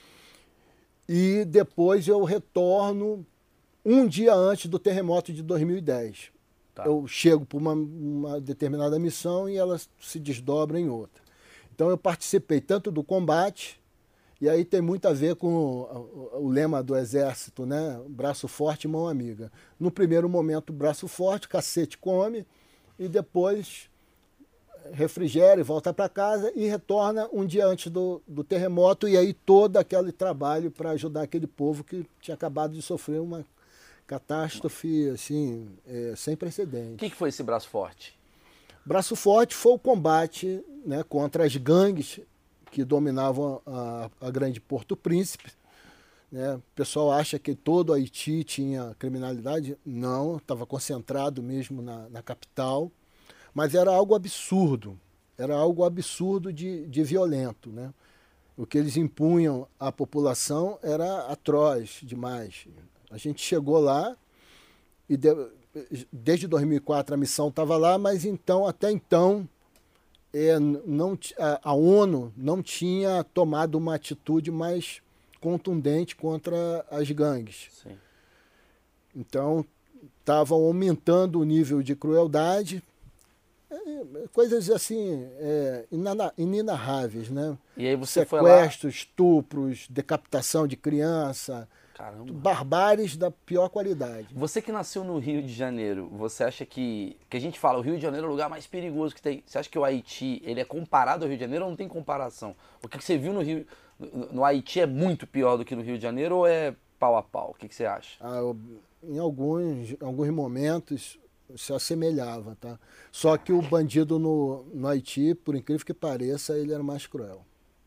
E depois eu retorno um dia antes do terremoto de dois mil e dez. Tá. Eu chego para uma, uma determinada missão e ela se desdobra em outra. Então eu participei tanto do combate, e aí tem muito a ver com o, o, o lema do Exército, né? Braço forte, mão amiga. No primeiro momento, braço forte, cacete come, e depois refrigera e volta para casa e retorna um dia antes do, do terremoto, e aí todo aquele trabalho para ajudar aquele povo que tinha acabado de sofrer uma catástrofe assim, é, sem precedentes. O que, que foi esse braço forte? Braço forte foi o combate, né, contra as gangues que dominavam a, a grande Porto Príncipe. Né? O pessoal acha que todo o Haiti tinha criminalidade. Não, estava concentrado mesmo na, na capital. Mas era algo absurdo, era algo absurdo de, de violento, né? O que eles impunham à população era atroz demais. A gente chegou lá e de, desde dois mil e quatro a missão estava lá, mas então até então é, não, a, a ONU não tinha tomado uma atitude mais contundente contra as gangues. Sim. Então estavam aumentando o nível de crueldade. Coisas assim, é, inenarráveis, né? E aí você Sequestros, foi lá... estupros, decapitação de criança, Caramba. Barbáries da pior qualidade. Você que nasceu no Rio de Janeiro, você acha que... Que a gente fala, o Rio de Janeiro é o lugar mais perigoso que tem. Você acha que o Haiti, ele é comparado ao Rio de Janeiro ou não tem comparação? O que você viu no Rio, no, no Haiti é muito pior do que no Rio de Janeiro ou é pau a pau? O que você acha? Ah, eu, em alguns, alguns momentos se assemelhava, tá? Só que o bandido no, no Haiti, por incrível que pareça, ele era mais cruel.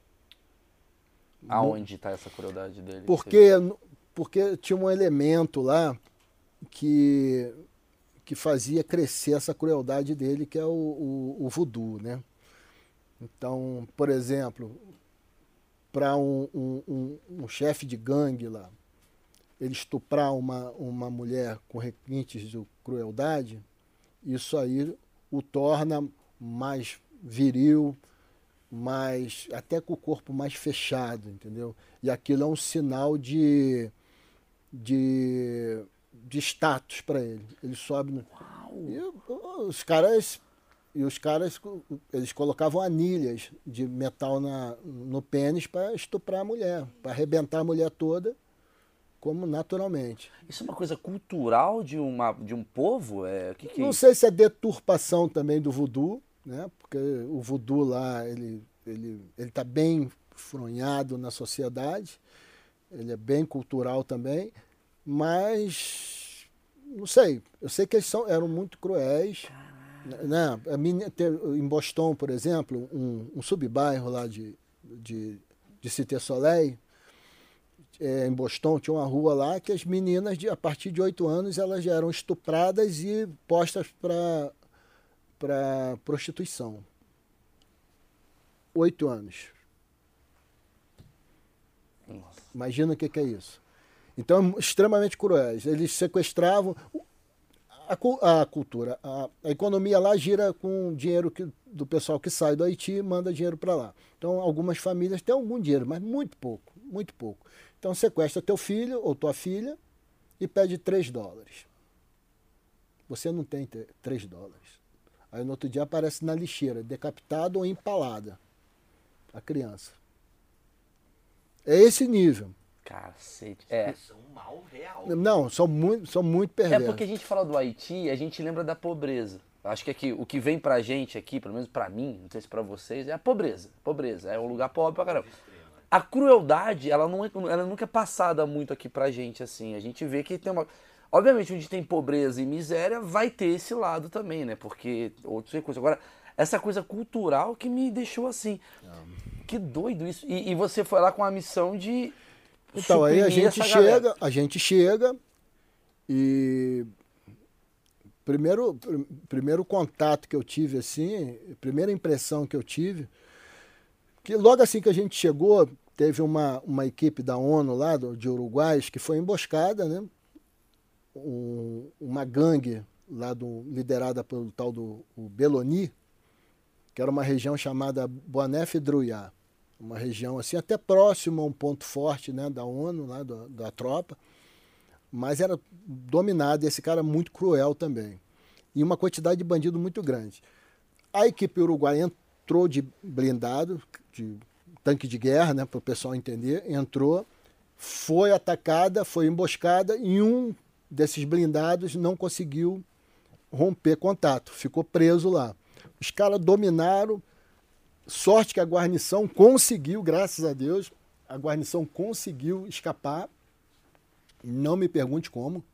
Aonde está essa crueldade dele? Porque, porque tinha um elemento lá que, que fazia crescer essa crueldade dele, que é o, o, o voodoo, né? Então, por exemplo, para um, um, um, um chefe de gangue lá, ele estuprar uma, uma mulher com requintes de crueldade, isso aí o torna mais viril, mais, até com o corpo mais fechado, entendeu? E aquilo é um sinal de, de, de status para ele. Ele sobe no... E os caras, e os caras eles colocavam anilhas de metal na, no pênis para estuprar a mulher, para arrebentar a mulher toda, como naturalmente. Isso é uma coisa cultural de, uma, de um povo? É, o que que é Não isso? sei se é deturpação também do voodoo, né? Porque o voodoo lá, ele ele ele está bem fronhado na sociedade, ele é bem cultural também, mas não sei, eu sei que eles são, eram muito cruéis. Né? A menina, em Boston, por exemplo, um, um subbairro lá de, de, de Cité Soleil, é, em Boston, tinha uma rua lá que as meninas, de, a partir de oito anos, elas já eram estupradas e postas para para prostituição. Oito anos. Nossa. Imagina o que, que é isso. Então, extremamente cruéis. Eles sequestravam a, a cultura, a, a economia lá gira com dinheiro que, do pessoal que sai do Haiti e manda dinheiro para lá. Então, algumas famílias têm algum dinheiro, mas muito pouco, muito pouco. Então, sequestra teu filho ou tua filha e pede três dólares. Você não tem três dólares. Aí, no outro dia, aparece na lixeira, decapitada ou empalada a criança. É esse nível. Cacete. É. São mal real. Não, são muito, são muito É perversos. porque a gente fala do Haiti, a gente lembra da pobreza. Acho que aqui, o que vem pra gente aqui, pelo menos pra mim, não sei se pra vocês, é a pobreza. Pobreza. É um lugar pobre pra caramba. A crueldade, ela, não é, ela nunca é passada muito aqui pra gente, assim. A gente vê que tem uma... Obviamente, onde tem pobreza e miséria, vai ter esse lado também, né? Porque outros recursos. Agora, essa coisa cultural que me deixou assim. Que doido isso. E, e você foi lá com a missão de... Então, aí a suprimir gente essa chega, galera. a gente chega e primeiro, pr- primeiro contato que eu tive assim, primeira impressão que eu tive, que logo assim que a gente chegou, teve uma, uma equipe da ONU lá, do, de uruguaios, que foi emboscada, né? Um, uma gangue lá do, liderada pelo tal do o Beloni, que era uma região chamada Boanef Druiá. Uma região assim, até próximo a um ponto forte, né, da ONU, lá, da, da tropa, mas era dominado, esse cara muito cruel também. E uma quantidade de bandido muito grande. A equipe uruguaia entrou de blindado, de tanque de guerra, né, para o pessoal entender, entrou, foi atacada, foi emboscada, e um desses blindados não conseguiu romper contato, ficou preso lá. Os caras dominaram. Sorte que a guarnição conseguiu, graças a Deus, a guarnição conseguiu escapar. Não me pergunte como,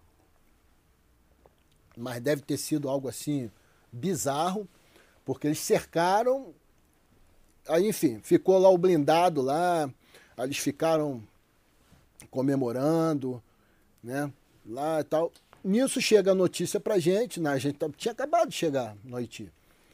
mas deve ter sido algo assim bizarro, porque eles cercaram, aí enfim, ficou lá o blindado lá, aí eles ficaram comemorando, né, lá e tal. Nisso chega a notícia pra gente, né, a gente tinha acabado de chegar no Haiti.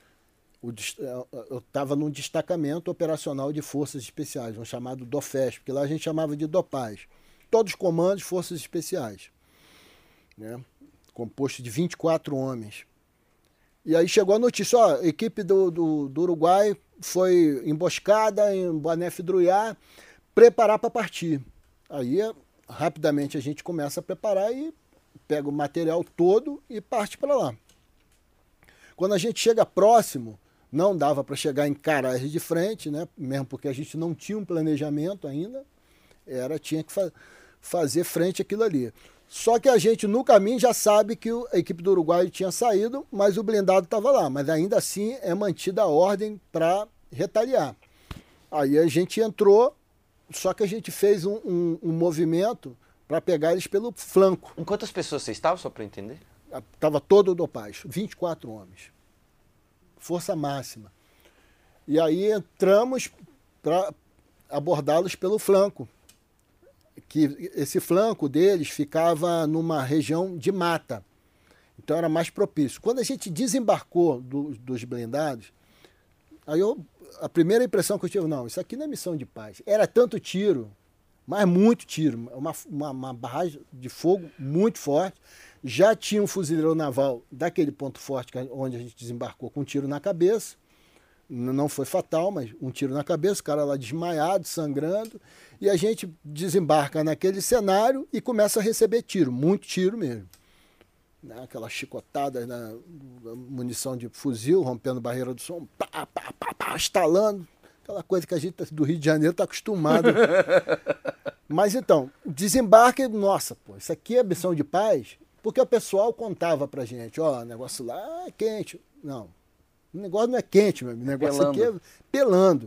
Eu estava num destacamento operacional de forças especiais, um chamado DOFES, porque lá a gente chamava de DOPAS. Todos os comandos, forças especiais, né? Composto de vinte e quatro homens. E aí chegou a notícia, ó, a equipe do, do, do Uruguai foi emboscada em Boanef Druiá, preparar para partir. Aí, rapidamente, a gente começa a preparar e pega o material todo e parte para lá. Quando a gente chega próximo, não dava para chegar em caras de frente, né? Mesmo porque a gente não tinha um planejamento ainda, era, tinha que fa fazer frente àquilo ali. Só que a gente, no caminho, já sabe que a equipe do Uruguai tinha saído, mas o blindado estava lá. Mas ainda assim é mantida a ordem para retaliar. Aí a gente entrou, só que a gente fez um, um, um movimento para pegar eles pelo flanco. Em quantas pessoas você estava, só para entender? Estava todo o DOPAS, vinte e quatro homens. Força máxima. E aí entramos para abordá-los pelo flanco. Que esse flanco deles ficava numa região de mata. Então era mais propício. Quando a gente desembarcou do, dos blindados, aí eu, a primeira impressão que eu tive, não, isso aqui não é missão de paz. Era tanto tiro, mas muito tiro. Uma, uma, uma barragem de fogo muito forte. Já tinha um fuzileiro naval daquele ponto forte onde a gente desembarcou com um tiro na cabeça. Não foi fatal, mas um tiro na cabeça, o cara lá desmaiado, sangrando. E a gente desembarca naquele cenário e começa a receber tiro, muito tiro mesmo. Aquela chicotada na munição de fuzil, rompendo barreira do som, pá, pá, pá, pá, estalando. Aquela coisa que a gente do Rio de Janeiro está acostumado. Mas então, desembarque, nossa, pô, isso aqui é missão de paz, porque o pessoal contava pra gente, ó, o negócio lá é quente. Não, o negócio não é quente, meu, o negócio pelando. aqui é pelando.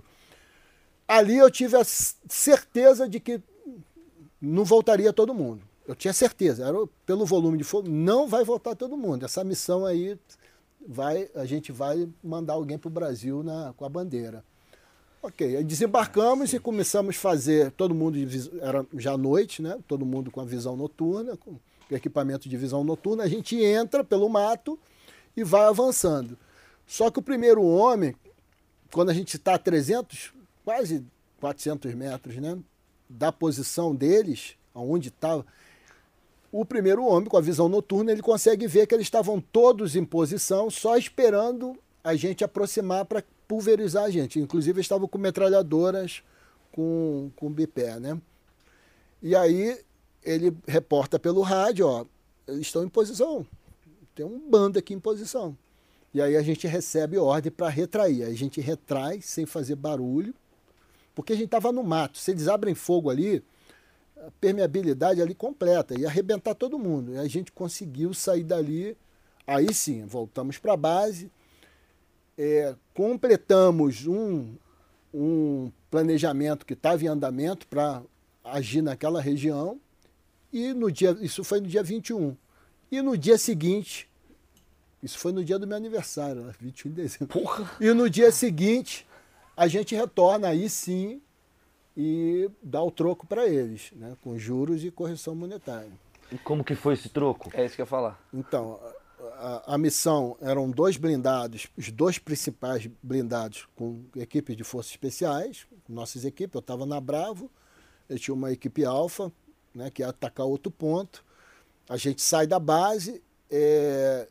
Ali eu tive a certeza de que não voltaria todo mundo. Eu tinha certeza, era pelo volume de fogo, não vai voltar todo mundo. Essa missão aí, vai, a gente vai mandar alguém pro Brasil na, com a bandeira. Ok, aí desembarcamos e começamos a fazer, todo mundo, era já à noite, né? Todo mundo com a visão noturna, com equipamento de visão noturna, a gente entra pelo mato e vai avançando. Só que o primeiro homem, quando a gente está a trezentos, quase quatrocentos metros, né? Da posição deles, aonde estava, o primeiro homem com a visão noturna, ele consegue ver que eles estavam todos em posição, só esperando a gente aproximar para pulverizar a gente. Inclusive, estavam com metralhadoras com, com bipé, né? E aí, ele reporta pelo rádio, ó, eles estão em posição. Tem um bando aqui em posição. E aí a gente recebe ordem para retrair. Aí a gente retrai sem fazer barulho, porque a gente estava no mato. Se eles abrem fogo ali, a permeabilidade ali completa, ia arrebentar todo mundo. E a gente conseguiu sair dali. Aí sim, voltamos para a base. É, completamos um, um planejamento que estava em andamento para agir naquela região, e no dia, isso foi no dia vinte e um. E no dia seguinte, isso foi no dia do meu aniversário, vinte e um de dezembro. Porra. E no dia seguinte, a gente retorna aí sim e dá o troco para eles, né, com juros e correção monetária. E como que foi esse troco? É isso que eu ia falar. Então, A, a missão eram dois blindados, os dois principais blindados com equipes de forças especiais, nossas equipes. Eu estava na Bravo, eu tinha uma equipe Alfa, né, que ia atacar outro ponto. A gente sai da base, é,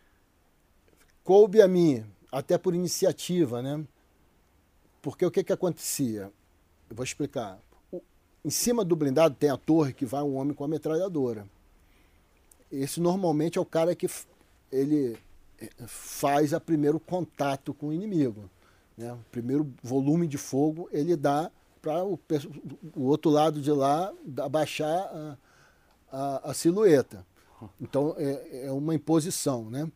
coube a mim, até por iniciativa, né? Porque o que, que acontecia? Eu vou explicar. O, em cima do blindado tem a torre que vai um homem com a metralhadora. Esse normalmente é o cara que ele faz o primeiro contato com o inimigo, né? O primeiro volume de fogo ele dá para o, o outro lado de lá abaixar a, a, a silhueta. Então é, é uma imposição, né?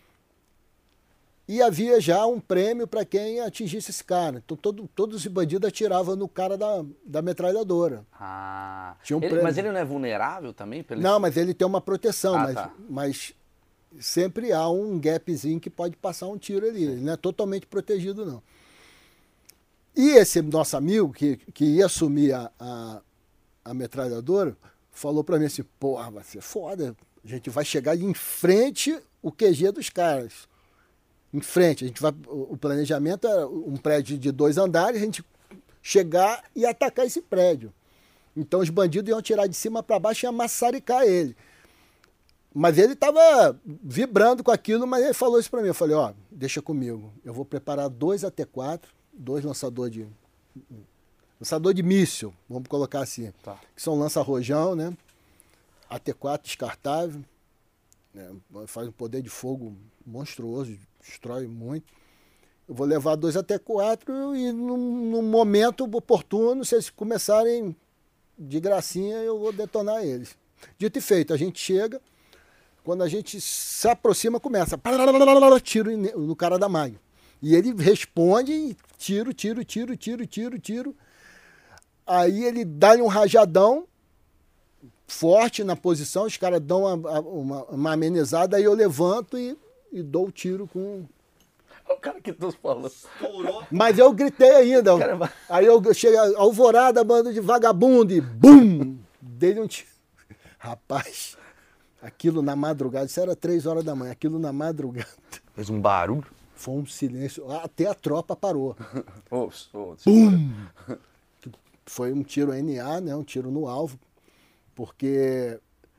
E havia já um prêmio para quem atingisse esse cara. Então todo, todos os bandidos atiravam no cara da, da metralhadora. Ah, Tinha um ele, prêmio. mas ele não é vulnerável também? Pelo... Não, mas ele tem uma proteção, Ah, mas, tá. mas sempre há um gapzinho que pode passar um tiro ali. Ele não é totalmente protegido, não. E esse nosso amigo, que, que ia assumir a, a, a metralhadora, falou para mim assim, porra, vai ser foda, a gente vai chegar em frente o Q G dos caras. Em frente, a gente vai, o planejamento é um prédio de dois andares, a gente chegar e atacar esse prédio. Então os bandidos iam tirar de cima para baixo e amassaricar ele. Mas ele estava vibrando com aquilo, mas ele falou isso para mim. Eu falei, ó, deixa comigo. Eu vou preparar dois A T quatro, dois lançadores de... Lançador de míssil, vamos colocar assim. Tá. Que são lança-rojão, né? A T quatro descartável. Né? Faz um poder de fogo monstruoso, destrói muito. Eu vou levar dois A T quatro e no, no momento oportuno, se eles começarem de gracinha, eu vou detonar eles. Dito e feito, a gente chega, quando a gente se aproxima, começa, tiro no cara da Mag. E ele responde, e tiro, tiro, tiro, tiro, tiro, tiro. Aí ele dá-lhe um rajadão forte na posição, os caras dão uma, uma, uma amenizada, aí eu levanto e, e dou o tiro com... O cara que tu falou. Estourou. Mas eu gritei ainda. Caramba. Aí eu cheguei, alvorada, bando de vagabundo, e bum! Dei um tiro. Rapaz, aquilo na madrugada, isso era três horas da manhã, aquilo na madrugada. Fez um barulho. Foi um silêncio, até a tropa parou. Ops, ops. Bum! Foi um tiro N A, né? Um tiro no alvo, porque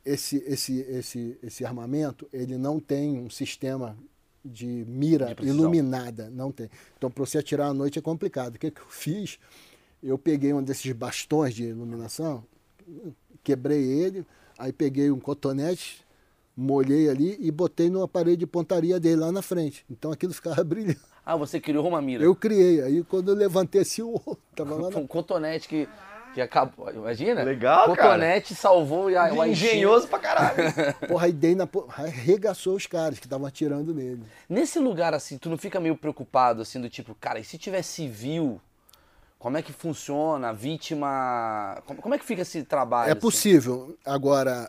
esse, esse, esse, esse armamento, ele não tem um sistema de mira De precisão. iluminada, não tem. Então, para você atirar à noite é complicado. O que, que eu fiz? Eu peguei um desses bastões de iluminação, quebrei ele, aí peguei um cotonete, molhei ali e botei numa parede de pontaria dele lá na frente. Então aquilo ficava brilhando. Ah, você criou uma mira. Eu criei. Aí quando eu levantei assim, o outro tava lá na... Um cotonete que, que acabou. Imagina? Legal, cara. Cotonete salvou e a, o Engenhoso pra caralho. Porra, aí dei na... po- arregaçou os caras que estavam atirando nele. Nesse lugar assim, tu não fica meio preocupado assim do tipo, cara, e se tiver civil, como é que funciona? A vítima, como, como é que fica esse trabalho? É assim? possível. Agora,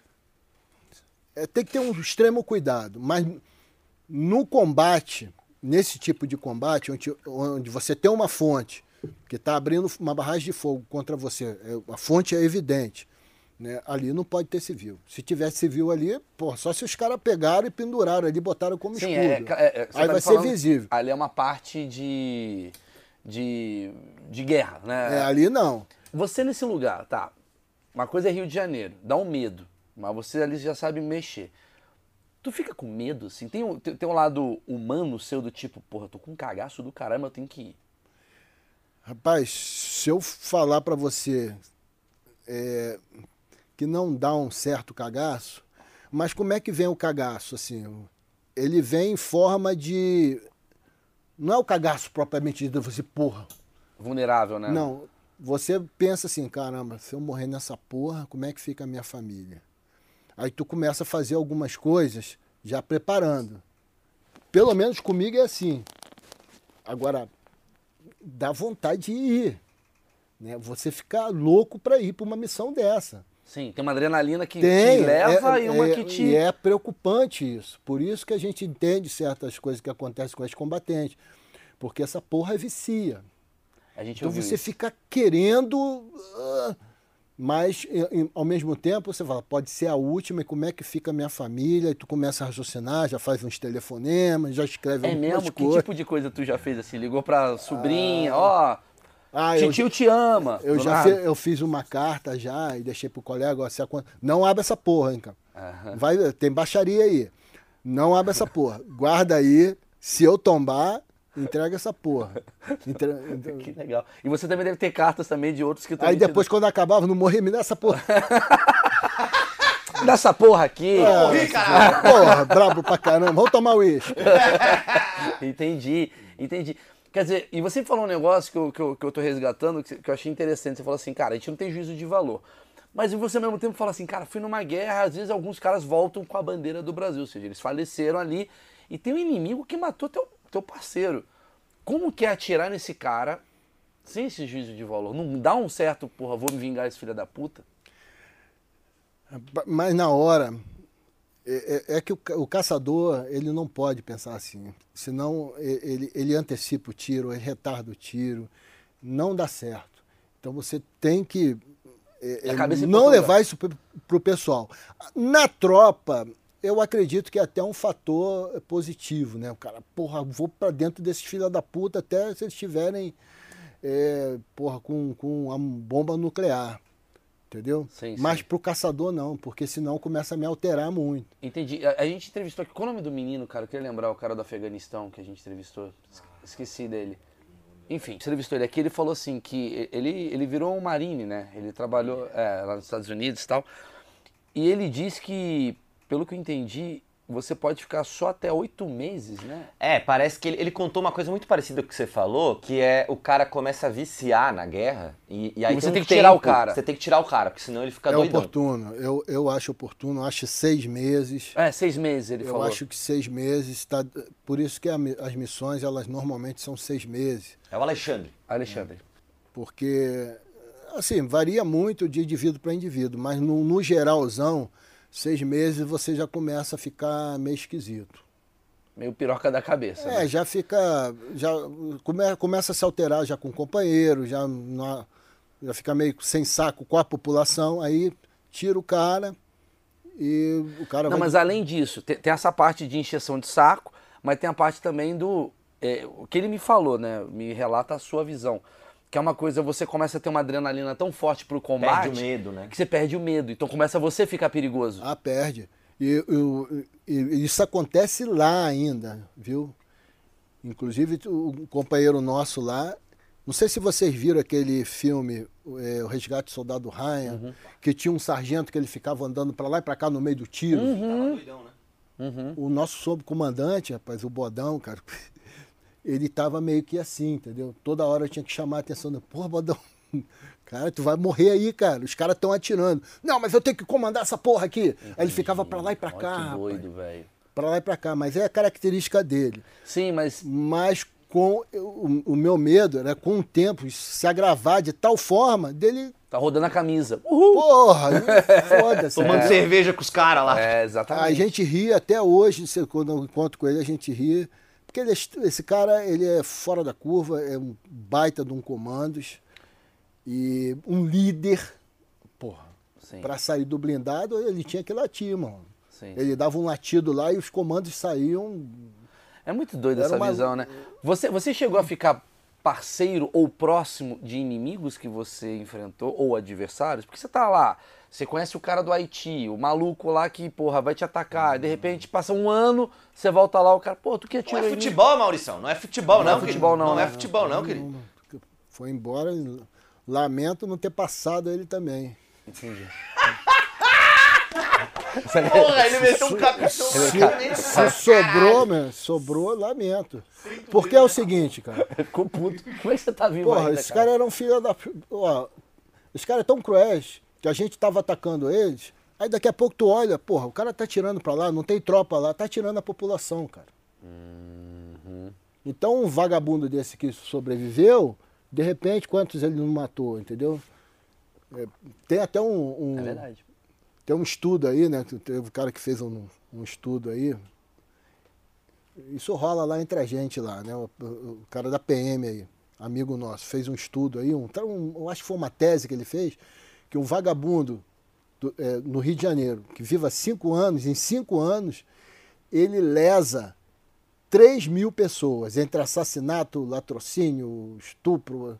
é, tem que ter um extremo cuidado. Mas no combate, nesse tipo de combate, onde, onde você tem uma fonte que está abrindo uma barragem de fogo contra você, é, a fonte é evidente, né? Ali não pode ter civil. Se tivesse civil ali, pô, só se os caras pegaram e penduraram ali, botaram como Sim, escudo. é, é, é, você Aí tá vai me ser falando- visível. Ali é uma parte de, de, de guerra, né? É, ali não. Você nesse lugar, tá? Uma coisa é Rio de Janeiro, dá um medo, mas você ali já sabe mexer. Tu fica com medo, assim? Tem um, tem, tem um lado humano seu do tipo, porra, tô com um cagaço do caramba, eu tenho que ir. Rapaz, se eu falar pra você é, que não dá um certo cagaço, mas como é que vem o cagaço, assim? Ele vem em forma de... Não é o cagaço propriamente dito, você, porra. Vulnerável, né? Não, você pensa assim, caramba, se eu morrer nessa porra, como é que fica a minha família? Aí tu começa a fazer algumas coisas já preparando. Pelo menos comigo é assim. Agora, dá vontade de ir, né? Você fica louco para ir para uma missão dessa. Sim, tem uma adrenalina que Tem, te leva é, e uma é- que te... E é preocupante isso. Por isso que a gente entende certas coisas que acontecem com os combatentes. Porque essa porra vicia. A gente Então ouviu você isso. fica querendo, ah, mas e- e, ao mesmo tempo você fala, pode ser a última, e como é que fica a minha família? E tu começa a raciocinar, já faz uns telefonemas, já escreve É algumas mesmo? Que coisas. tipo de coisa tu já fez assim? Ligou pra sobrinha, ó, Ah, eu, titio te ama. eu do já nada. fe- eu fiz uma carta já e deixei pro colega, ó, se a con- não abre essa porra, hein, cara. Aham. Vai, tem baixaria aí. Não abre essa porra. Guarda aí, se eu tombar, entrega essa porra. Entre- entre- Que legal. E você também deve ter cartas também de outros que também Aí te depois, quando acabava, não morri, me dá essa porra. dão. Dessa porra aqui. Ah, porra, brabo pra caramba. Vamos tomar uísque. Entendi, entendi. Quer dizer, e você falou um negócio que eu, que eu, que eu tô resgatando, que, que eu achei interessante. Você falou assim, cara, a gente não tem juízo de valor. Mas você ao mesmo tempo fala assim, cara, fui numa guerra, às vezes alguns caras voltam com a bandeira do Brasil, ou seja, eles faleceram ali e tem um inimigo que matou teu, teu parceiro. Como que é atirar nesse cara sem esse juízo de valor? Não dá um certo, porra, vou me vingar esse filho da puta? Mas na hora, é, é- é que o, ca- o caçador, ele não pode pensar assim. Senão e- ele, ele antecipa o tiro, ele retarda o tiro. Não dá certo. Então você tem que é, E a é, cabeça em não outro levar lugar. isso para o pessoal. Na tropa, eu acredito que é até um fator positivo, né? O cara, porra, vou para dentro desses filha da puta até se eles estiverem é, porra, com, com uma bomba nuclear. Entendeu? Sim, Mas sim. pro caçador não, porque senão começa a me alterar muito. Entendi. A, a gente entrevistou aqui. Qual o nome do menino, cara? Eu queria lembrar o cara do Afeganistão que a gente entrevistou. Es- Esqueci dele. Enfim, entrevistou ele aqui, ele falou assim que ele, ele virou um marine, né? Ele trabalhou é, lá nos Estados Unidos e tal. E ele disse que, pelo que eu entendi, você pode ficar só até oito meses, né? É, parece que ele, ele contou uma coisa muito parecida com o que você falou, que é o cara começa a viciar na guerra e, e aí E você um tem que tirar o tempo- cara. Você tem que tirar o cara, porque senão ele fica É doidão. oportuno, eu, eu acho oportuno, eu acho seis meses. É, seis meses, ele Eu falou. acho que seis meses, tá, por isso que a mi- as missões, elas normalmente são seis meses. É o Alexandre. Alexandre. Porque, assim, varia muito de indivíduo para indivíduo, mas no, no geralzão, seis meses você já começa a ficar meio esquisito. Meio piroca da cabeça. É, né? já fica, já come, começa a se alterar já com o companheiro, já, não- já fica meio sem saco com a população, aí tira o cara e o cara Não, vai... mas além disso, tem, tem essa parte de encheção de saco, mas tem a parte também do... é, o que ele me falou, né? Me relata a sua visão. que é uma coisa, você começa a ter uma adrenalina tão forte pro combate... Perde o medo, né? Que você perde o medo. Então começa você a ficar perigoso. Ah, perde. E, e- e isso acontece lá ainda, viu? Inclusive, o companheiro nosso lá, não sei se vocês viram aquele filme, é, O Resgate do Soldado Ryan, Uhum. que tinha um sargento que ele ficava andando pra lá e pra cá no meio do tiro. Tava doidão, né? Uhum. O nosso subcomandante, rapaz, o Bodão, cara, ele tava meio que assim, entendeu? Toda hora eu tinha que chamar a atenção dele. Porra, Bodão, cara, tu vai morrer aí, cara. Os caras estão atirando. Não, mas eu tenho que comandar essa porra aqui. Aí ele ficava pra lá e pra Olha cá, que rapaz. doido, velho. Pra lá e pra cá. Mas é a característica dele. Sim, mas... Mas com o, o meu medo era com o tempo isso se agravar de tal forma dele. Tá rodando a camisa. Uhul! Porra, foda-se. Tomando É. cerveja com os caras lá. É, exatamente. A gente ri até hoje, se- quando eu encontro com ele, a gente ri. Porque ele é- esse cara, ele é fora da curva, é um baita de um comandos e um líder. Porra, Sim, pra sair do blindado, ele tinha que latir, mano. sim. Ele dava um latido lá e os comandos saíam. É muito doido Era essa uma- visão, né? Você, você chegou a ficar parceiro ou próximo de inimigos que você enfrentou, ou adversários? Porque você tá lá, você conhece o cara do Haiti, o maluco lá que, porra, vai te atacar, de repente passa um ano, você volta lá, o cara, pô, tu que Não atirou é em mim? futebol, Maurição. Não é futebol, Não não. é querido. futebol, não, Não é né? futebol, não, querido. Foi embora. Lamento não ter passado ele também. Entendi. Porra, ele meteu um capitão. Se sobrou, meu, sobrou, lamento. Porque é o seguinte, cara. Ficou puto. Como é que você tá vivo Porra, ainda, esses cara? caras eram filha da. Ó, os caras é tão cruéis que a gente tava atacando eles. Aí daqui a pouco tu olha, porra, o cara tá tirando pra lá, não tem tropa lá, tá tirando a população, cara. Então um vagabundo desse que sobreviveu, de repente, quantos ele não matou, entendeu? É, tem até um, um- É verdade. tem um estudo aí, né? Teve um cara que fez um, um estudo aí. Isso rola lá entre a gente lá, né? O, o- o cara da P M aí, amigo nosso, fez um estudo aí, um, um- eu acho que foi uma tese que ele fez, que um vagabundo do- é, no Rio de Janeiro, que viva cinco anos, em cinco anos, ele lesa três mil pessoas, entre assassinato, latrocínio, estupro.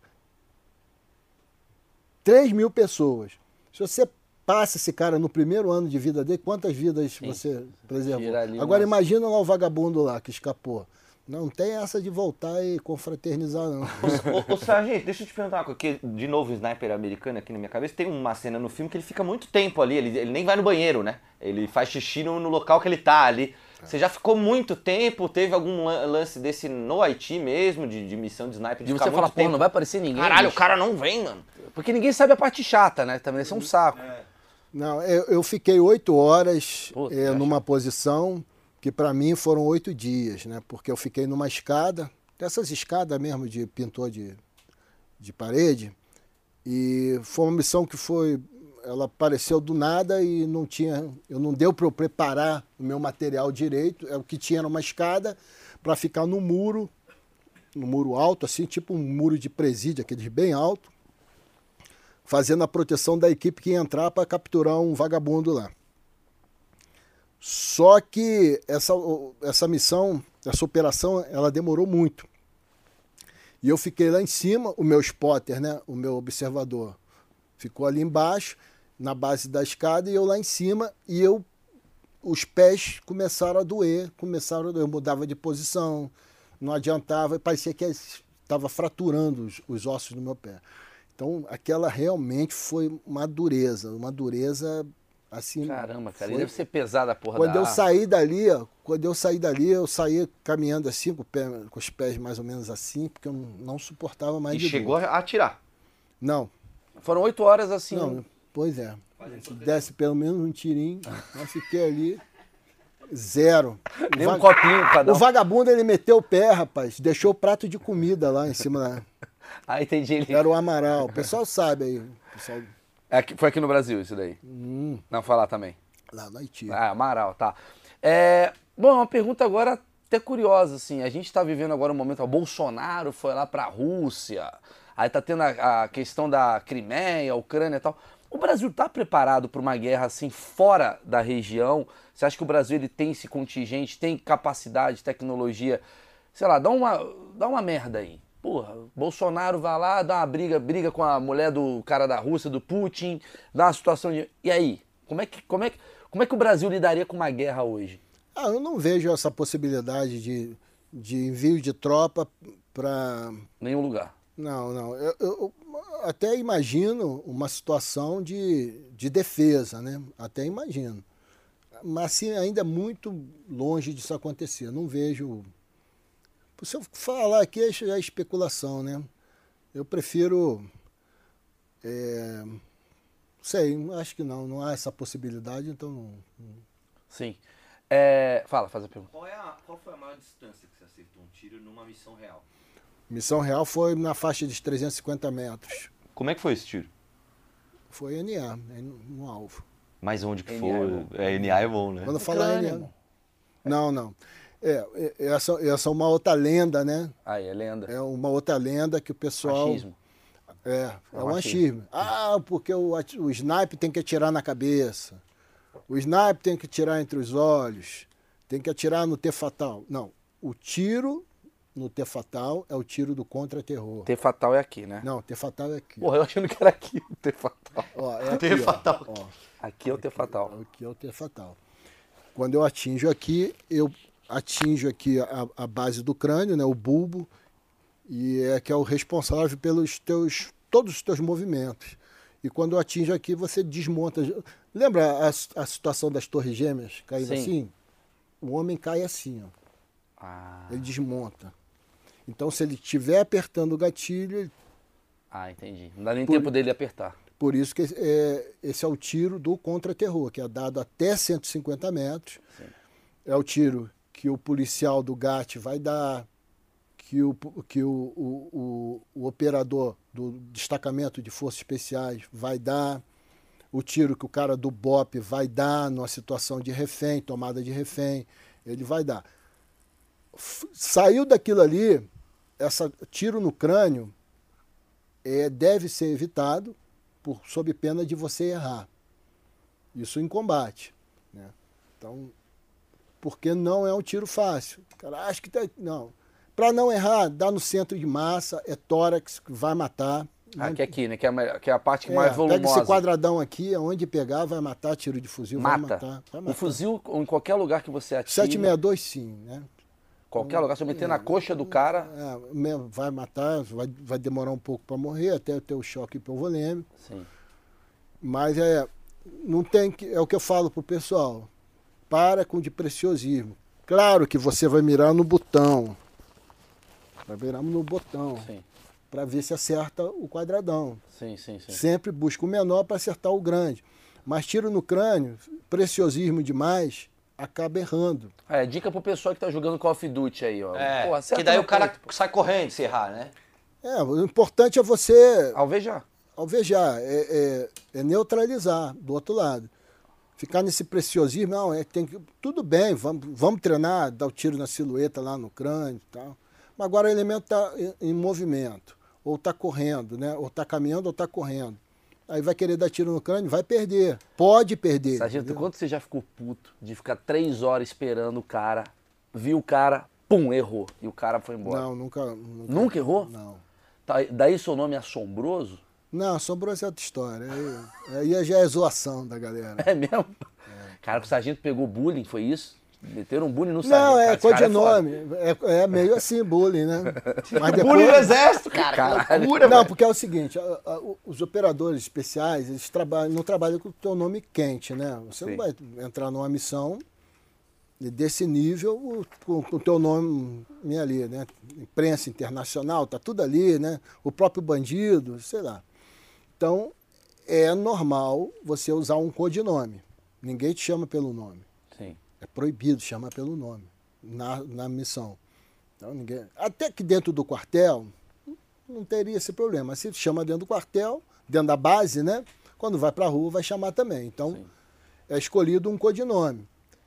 três mil pessoas. Se você passa esse cara no primeiro ano de vida dele, quantas vidas você preservou? Tira ali Agora umas- imagina lá o vagabundo lá que escapou. Não tem essa de voltar e confraternizar, não. Ô, ô, Sargento, deixa eu te perguntar uma coisa, que de novo o sniper americano aqui na minha cabeça, tem uma cena no filme que ele fica muito tempo ali, ele, ele nem vai no banheiro, né? Ele faz xixi no, no local que ele tá ali. Você já ficou muito tempo, teve algum lan- lance desse no Haiti mesmo, de, de missão de sniper, de De ficar você muito falar, pô, tempo? não vai aparecer ninguém. Caralho, bicho. o cara não vem, mano. Porque ninguém sabe a parte chata, né? Também isso é um saco. Não, eu, eu fiquei oito horas Puta, eh, eu numa posição que para mim foram oito dias, né? Porque eu fiquei numa escada, dessas escadas mesmo de pintor de, de parede, e foi uma missão que foi, ela apareceu do nada e não tinha, eu não deu para eu preparar o meu material direito, é o que tinha era uma escada para ficar no muro, no muro alto, assim, tipo um muro de presídio, aqueles bem alto, fazendo a proteção da equipe que ia entrar para capturar um vagabundo lá. Só que essa, essa missão, essa operação, ela demorou muito. E eu fiquei lá em cima, o meu spotter, né, o meu observador, ficou ali embaixo, na base da escada, e eu lá em cima, e eu, os pés começaram a doer, começaram a doer, eu mudava de posição, não adiantava, parecia que estava fraturando os, os ossos do meu pé. Então, aquela realmente foi uma dureza, uma dureza assim. Caramba, cara, foi- e deve ser pesada a porra Quando da eu arma. saí dali, ó, quando eu saí dali, eu saí caminhando assim, com, o pé- com os pés mais ou menos assim, porque eu não, não suportava mais E de chegou dor. a atirar. Não, Foram oito horas assim. não, pois é. Se desse pelo menos um tirinho, eu fiquei ali, zero. O, Nem um va- copinho cada o um. vagabundo, ele meteu o pé, rapaz, deixou o prato de comida lá em cima da... Ah, entendi. Ele... Era o Amaral. O pessoal sabe aí. O pessoal, É aqui- foi aqui no Brasil isso daí. hum, Não, foi lá também. lá no Haiti. Ah, Amaral, tá. É, bom, uma pergunta agora até curiosa, assim. A gente está vivendo agora um momento, o Bolsonaro foi lá para a Rússia, aí tá tendo a, a questão da Crimeia, Ucrânia e tal. O Brasil está preparado para uma guerra assim fora da região? Você acha que o Brasil ele tem esse contingente, tem capacidade, tecnologia? Sei lá, dá uma, dá uma merda aí. Porra, Bolsonaro vai lá, dá uma briga, briga com a mulher do cara da Rússia, do Putin, dá uma situação de... E aí? Como é que, como é que, como é que o Brasil lidaria com uma guerra hoje? Ah, eu não vejo essa possibilidade de, de envio de tropa para... Nenhum lugar. Não, não. Eu, eu até imagino uma situação de, de defesa, né? Até imagino. Mas assim, ainda é muito longe disso acontecer. Não vejo... Se eu falar aqui, é já é especulação, né? Eu prefiro... É, sei, acho que não. Não há essa possibilidade, então... Não, não. Sim. É, fala, faz a pergunta. Qual, é a, qual foi a maior distância que você acertou um tiro numa missão real? Missão real foi na faixa de trezentos e cinquenta metros. Como é que foi esse tiro? Foi N A, no alvo. Mas onde que N A foi? é bom. É, N A é bom, né? Quando falar Ucrânia, N A... irmão. Não, não. É, é, essa, essa é uma outra lenda, né? Aí, é lenda. É uma outra lenda que o pessoal... Machismo. É, é É um machismo. achismo. Ah, porque o, ati- o sniper tem que atirar na cabeça. O sniper tem que atirar entre os olhos. Tem que atirar no T fatal. Não, o tiro no T fatal é o tiro do contra-terror. T fatal é aqui, né? Não, T fatal é aqui. Porra, eu achando que era aqui o T fatal. Ó, é T aqui, ó. fatal. Ó, Aqui é o T fatal. aqui é o T fatal. Quando eu atinjo aqui, eu atinjo aqui a, a base do crânio, né, o bulbo, e é que é o responsável pelos teus, todos os teus movimentos. E quando eu atinjo aqui, você desmonta. Lembra a, a situação das torres gêmeas caindo Sim. assim? O homem cai assim, ó. Ah, Ele desmonta. Então, se ele estiver apertando o gatilho, ele- ah, entendi. Não dá nem Por- tempo dele apertar. por isso que é, esse é o tiro do contra-terror, que é dado até cento e cinquenta metros. Sim. É o tiro que o policial do G A T vai dar, que o, que o, o, o, o operador do destacamento de forças especiais vai dar, o tiro que o cara do B O P vai dar numa situação de refém, tomada de refém, ele vai dar. F- Saiu daquilo ali, essa tiro no crânio é, deve ser evitado por, sob pena de você errar. Isso em combate, né? Então, porque não é um tiro fácil. Cara, acho que tá, não. Para não errar, dá no centro de massa, é tórax que vai matar. Ah, que é aqui, né? Que é a, melhor- que é a parte É, mais pega esse volumosa. quadradão aqui, aonde pegar, vai matar, tiro de fuzil, vai Mata. matar. Vai O matar. fuzil, em qualquer lugar que você atire, sete sessenta e dois sim, né? qualquer lugar, se eu meter na coxa do cara... É, me- vai matar, vai, vai demorar um pouco para morrer, até ter o choque hipovolêmico. Sim. Mas é, não tem que, é o que eu falo pro pessoal. Para com de preciosismo. Claro que você vai mirar no botão. Vai mirar no botão. Sim, Para ver se acerta o quadradão. sim, sim, sim. Sempre busca o menor para acertar o grande. Mas tiro no crânio, preciosismo demais, acaba errando. É, dica pro pessoal que tá jogando Call of Duty aí, ó. É, Pô, acerta que daí no o cara peito. sai correndo se errar, né? É, o importante é você Alvejar. alvejar, é, é, é neutralizar do outro lado. Ficar nesse preciosismo, não, é, tem que, tudo bem, vamos, vamos treinar, dar o tiro na silhueta lá no crânio e tal. Mas agora o elemento está em, em movimento, ou está correndo, né? Ou está caminhando ou está correndo. Aí vai querer dar tiro no crânio, vai perder. Pode perder. Sargento, entendeu? quanto você já ficou puto de ficar três horas esperando o cara, viu o cara, pum, errou, e o cara foi embora? Não, nunca, nunca. Nunca errou? Não. Tá, daí seu nome é assombroso? Não, sobrou essa outra história. Aí, aí já é zoação da galera. É mesmo? Cara, o sargento pegou bullying, foi isso? Meteram um bullying no sargento. Não, Cara, é esse cara codinome. foda. É, é meio assim, bullying, né? Mas Bullying no depois... exército, cara. Caralho. Que loucura, Não, velho. porque é o seguinte, a- a- os operadores especiais, eles trabalham, não trabalham com o teu nome quente, né? Você Sim. não vai entrar numa missão desse nível o- com com o teu nome ali, né? Imprensa internacional, tá tudo ali, né? O próprio bandido, sei lá. Então, é normal você usar um codinome. Ninguém te chama pelo nome. Sim. É proibido chamar pelo nome na, na missão. Então, ninguém... Até que dentro do quartel não teria esse problema. Se chama dentro do quartel, dentro da base, né? Quando vai para a rua, vai chamar também. Então, Sim. é escolhido um codinome.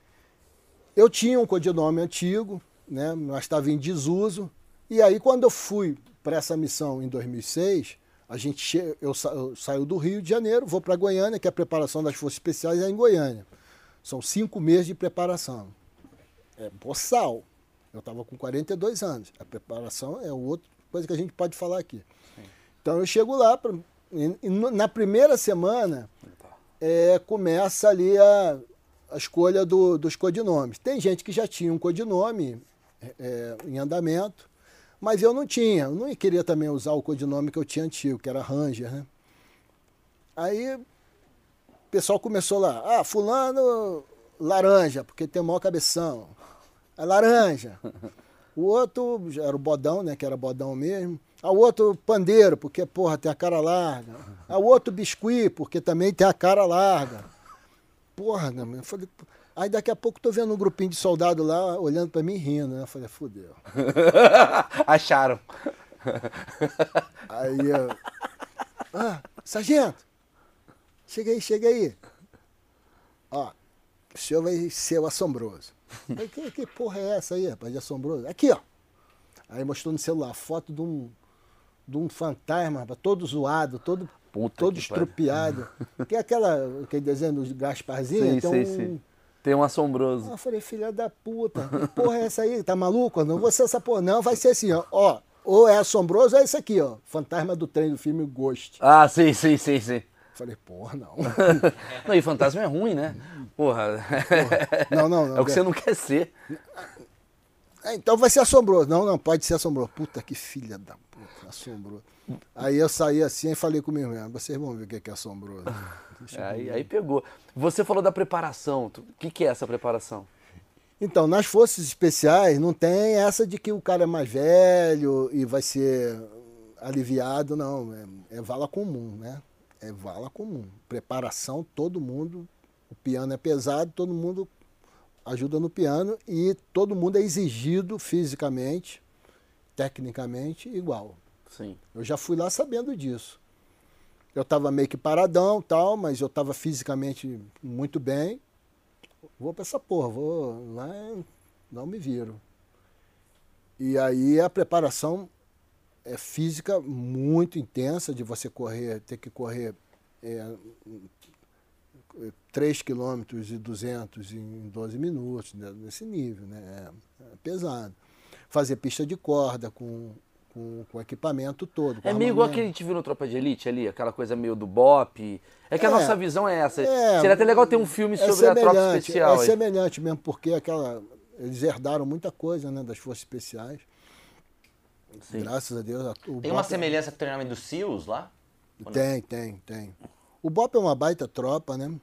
Eu tinha um codinome antigo, né? Mas estava em desuso. E aí, quando eu fui para essa missão em dois mil e seis, a gente che... eu, sa... eu saio do Rio de Janeiro, vou para Goiânia, que a preparação das Forças Especiais é em Goiânia. São cinco meses de preparação. É boçal. Eu estava com quarenta e dois anos. A preparação é outro, coisa que a gente pode falar aqui. Sim. Então eu chego lá, pra, e, e na primeira semana é, começa ali a, a escolha do, dos codinomes. Tem gente que já tinha um codinome é, em andamento, mas eu não tinha. Eu não queria também usar o codinome que eu tinha antigo, que era Ranger, né? Aí o pessoal começou lá, ah, fulano laranja, porque tem o maior cabeção. É laranja. O outro já era o bodão, né? Que era bodão mesmo. Ah, o outro pandeiro, porque, porra, tem a cara larga. Ah, o outro biscuit, porque também tem a cara larga. Porra, né? Eu falei... Aí daqui a pouco tô vendo um grupinho de soldado lá, olhando pra mim rindo, né? Eu falei, fudeu. Acharam. Aí eu... Ah, sargento! Chega aí, chega aí. Ó, o senhor vai ser o assombroso. Eu falei, que, que porra é essa aí, rapaz, de assombroso? Aqui, ó. Aí mostrou no celular foto de um, de um fantasma, rapaz, todo zoado, todo, todo estrupiado. Que é aquela, aquele desenho do Gasparzinho. Sim, tem sim, um, sim. Tem um assombroso. Eu falei, filha da puta, que porra é essa aí? Tá maluco? Não vou ser essa porra, não. Vai ser assim, ó. ó ou é assombroso ou é isso aqui, ó. Fantasma do trem do filme Ghost. Ah, sim, sim, sim, sim. Falei, porra, não. Não, e fantasma é ruim, né? Porra. porra. Não, não, não. É o que você não quer ser. É, então vai ser assombroso. Não, não, pode ser assombroso. Puta, que filha da puta, assombroso. Aí eu saí assim e falei comigo mesmo, vocês vão ver o que é assombroso. Aí, aí pegou. Você falou da preparação. O que, que é essa preparação? Então, nas forças especiais não tem essa de que o cara é mais velho e vai ser aliviado, não. É, é vala comum, né? É vala comum. Preparação, todo mundo, o piano é pesado, todo mundo ajuda no piano e todo mundo é exigido fisicamente, tecnicamente, igual. Sim. Eu já fui lá sabendo disso. Eu estava meio que paradão, tal, mas eu estava fisicamente muito bem. Vou para essa porra, vou lá, não me viro. E aí a preparação é física muito intensa, de você correr, ter que correr é, três quilômetros e duzentos em doze minutos, né, nesse nível, né? É, é pesado. Fazer pista de corda com... Com, com o equipamento todo. É meio igual aquele que a gente viu no Tropa de Elite ali, aquela coisa meio do bop. É que é, a nossa visão é essa. É, Seria até legal ter um filme é sobre a tropa especial. É aí. semelhante mesmo, porque aquela, eles herdaram muita coisa, né, das forças especiais. Sim. Graças a Deus. O tem uma semelhança com o treinamento dos SEALs lá? Tem, tem, tem. O B O P é uma baita tropa, né?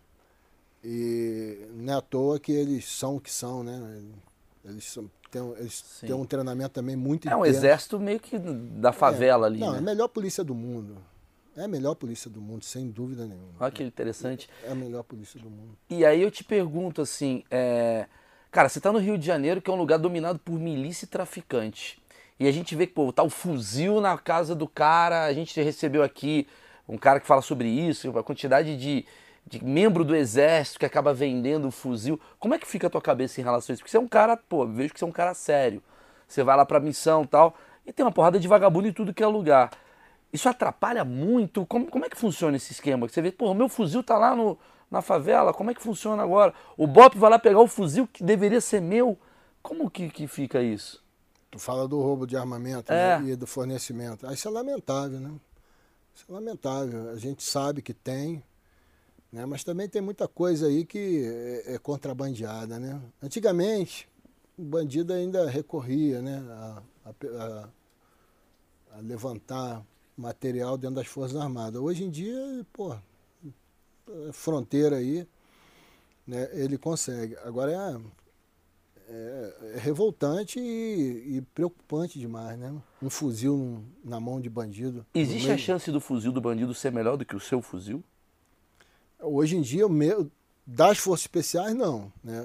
E não é à toa que eles são o que são, né? Eles são... Tem, eles Sim. têm um treinamento também muito intenso. É um exército meio que da favela é, ali, Não, né? é a melhor polícia do mundo. É a melhor polícia do mundo, sem dúvida nenhuma. Olha que interessante. É a melhor polícia do mundo. E aí eu te pergunto assim, é... cara, você tá no Rio de Janeiro, que é um lugar dominado por milícia e traficante. E a gente vê que, pô, tá o fuzil na casa do cara, a gente recebeu aqui um cara que fala sobre isso, a quantidade de... de membro do exército que acaba vendendo o fuzil. Como é que fica a tua cabeça em relação a isso? Porque você é um cara, pô, vejo que você é um cara sério. Você vai lá pra missão e tal, e tem uma porrada de vagabundo em tudo que é lugar. Isso atrapalha muito? Como, como é que funciona esse esquema? Você vê, pô, meu fuzil tá lá no, na favela, como é que funciona agora? O B O P vai lá pegar o fuzil que deveria ser meu. Como que, que fica isso? Tu fala do roubo de armamento, é. né, e do fornecimento. Ah, isso é lamentável, né? Isso é lamentável. A gente sabe que tem... Né? Mas também tem muita coisa aí que é, é contrabandeada, né? Antigamente, o bandido ainda recorria, né, a, a, a levantar material dentro das Forças Armadas. Hoje em dia, pô, fronteira aí, né, ele consegue. Agora é, é, é revoltante e, e preocupante demais, né? Um fuzil na mão de bandido. Existe meio... a chance do fuzil do bandido ser melhor do que o seu fuzil? Hoje em dia, das forças especiais, não. Né?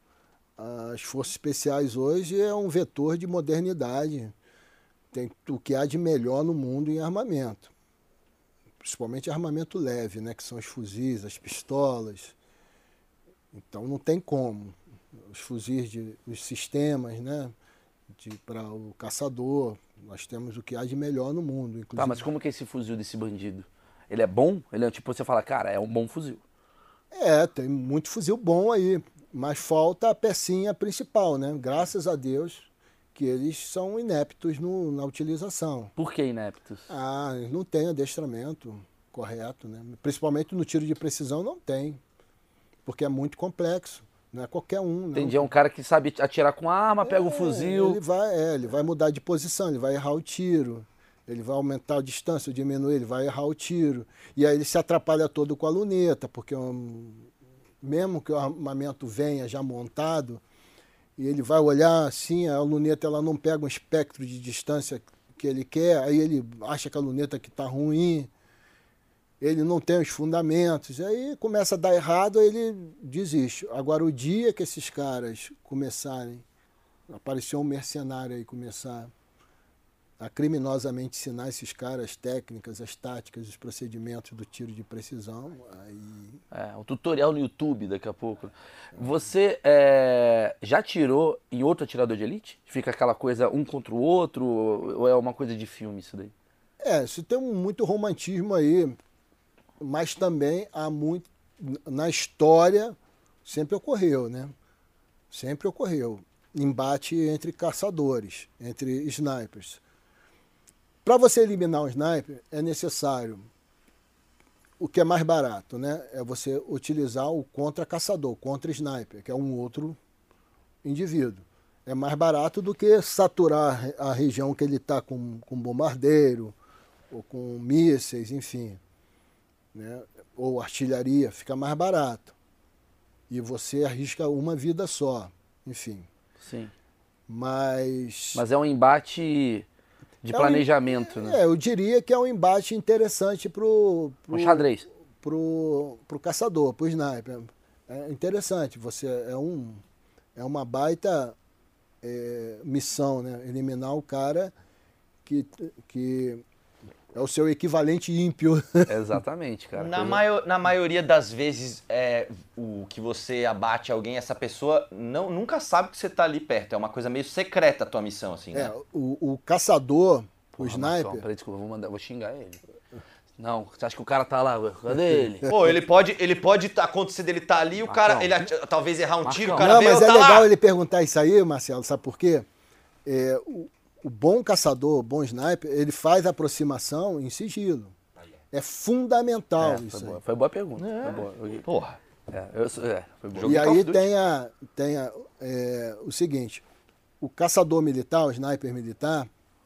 As forças especiais hoje é um vetor de modernidade. Tem o que há de melhor no mundo em armamento. Principalmente armamento leve, né? Que são os fuzis, as pistolas. Então não tem como. Os fuzis, de, os sistemas, né? Para o caçador, nós temos o que há de melhor no mundo. Inclusive. Tá, mas como que é esse fuzil desse bandido? Ele é bom? Ele é tipo, você fala, cara, é um bom fuzil. É, tem muito fuzil bom aí, mas falta a pecinha principal, né? Graças a Deus que eles são ineptos no, na utilização. Por que ineptos? Ah, eles não têm adestramento correto, né? Principalmente no tiro de precisão não tem, porque é muito complexo, não é qualquer um. Entendi, é um cara que sabe atirar com arma, pega o É, fuzil. Ele vai, é, ele vai mudar de posição, ele vai errar o tiro, ele vai aumentar a distância, diminuir, ele vai errar o tiro. E aí ele se atrapalha todo com a luneta, porque um, mesmo que o armamento venha já montado, e ele vai olhar assim, a luneta ela não pega um espectro de distância que ele quer, aí ele acha que a luneta que está ruim, ele não tem os fundamentos, aí começa a dar errado, aí ele desiste. Agora, o dia que esses caras começarem, aparecer um mercenário aí, começar a criminosamente ensinar esses caras as técnicas, as táticas, os procedimentos do tiro de precisão, aí... É, um tutorial no YouTube daqui a pouco. Você é, já atirou em outro atirador de elite? Fica aquela coisa um contra o outro, ou é uma coisa de filme isso daí? É, isso tem muito romantismo aí, mas também há muito, na história, sempre ocorreu, né? Sempre ocorreu. Embate entre caçadores, entre snipers. Para você eliminar um sniper, é necessário, o que é mais barato, né? É você utilizar o contra-caçador, contra-sniper, que é um outro indivíduo. É mais barato do que saturar a região que ele está com, com bombardeiro, ou com mísseis, enfim. Né? Ou artilharia, fica mais barato. E você arrisca uma vida só, enfim. Sim. Mas... Mas é um embate de é planejamento, um, né? É, eu diria que é um embate interessante pro... pro Um xadrez. Pro, pro caçador, pro sniper. É interessante, você é, um, é uma baita é, missão, né? Eliminar o cara que... que é o seu equivalente ímpio. Exatamente, cara. Na, Coisa- maio- na maioria das vezes, é, o que você abate alguém, essa pessoa não, nunca sabe que você tá ali perto. É uma coisa meio secreta a tua missão, assim, É, né? o, o caçador, o Porra, Marcão, sniper... peraí, desculpa, vou, mandar, vou xingar ele. Não, você acha que o cara tá lá? Cadê ele? Pô, ele pode, ele pode tá- acontecer dele tá ali, o Marcão. cara, ele ati- talvez errar um tiro, o Marcão. cara Não, veio, mas é tá legal lá. ele perguntar isso aí, Marcelo, sabe por quê? É, o, o bom caçador, o bom sniper, ele faz a aproximação em sigilo. É fundamental É, isso foi, aí. boa, foi boa pergunta. Foi boa. Eu- Porra. É, eu sou- é, foi boa. Jogo E de Call of aí Duty. tem, a, tem a, é, o seguinte, o caçador militar, o sniper militar,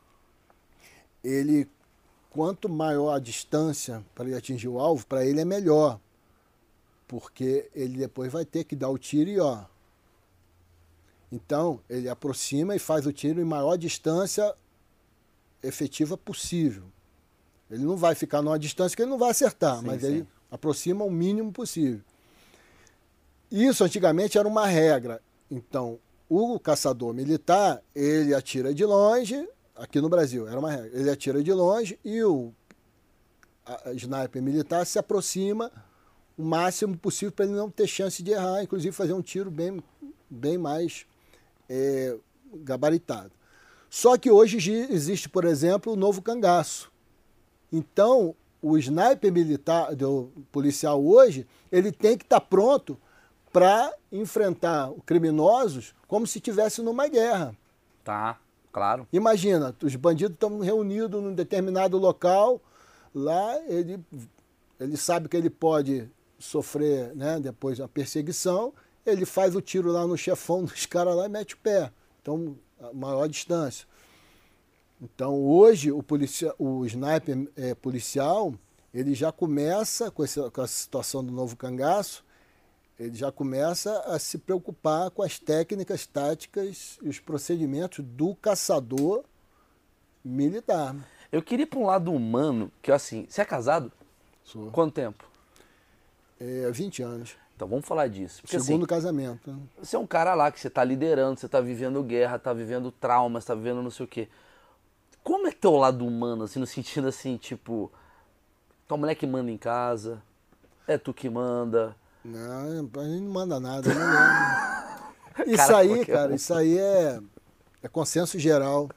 ele, quanto maior a distância para ele atingir o alvo, para ele é melhor. Porque ele depois vai ter que dar o tiro e ó. Então, ele aproxima e faz o tiro em maior distância efetiva possível. Ele não vai ficar numa distância que ele não vai acertar, Sim, mas sim. ele aproxima o mínimo possível. Isso antigamente era uma regra. Então, o caçador militar, ele atira de longe, aqui no Brasil era uma regra, ele atira de longe e o a, a sniper militar se aproxima o máximo possível para ele não ter chance de errar, inclusive fazer um tiro bem, bem mais é, gabaritado. Só que hoje gi- existe, por exemplo, o novo cangaço. Então, o sniper militar, do policial hoje, ele tem que estar pronto para enfrentar criminosos como se estivesse numa guerra. Tá, claro. Imagina, os bandidos estão reunidos num determinado local, lá ele, ele sabe que ele pode sofrer, né, depois uma perseguição, ele faz o tiro lá no chefão dos caras lá e mete o pé. Então, a maior distância. Então, hoje, o, policia, o sniper é, policial, ele já começa, com essa, com a situação do novo cangaço, ele já começa a se preocupar com as técnicas, táticas e os procedimentos do caçador militar. Eu queria ir pra um lado humano, que assim, você é casado? Sou. Quanto tempo? É, vinte anos. Então vamos falar disso. Porque Segundo assim, casamento. Né? você é um cara lá que você tá liderando, você tá vivendo guerra, tá vivendo traumas, tá vivendo não sei o quê. Como é teu lado humano, assim, no sentido assim, tipo, tua mulher que manda em casa, é tu que manda. Não, a gente não manda nada. Não isso Cara, aí, qualquer cara, um. isso aí é, é consenso geral.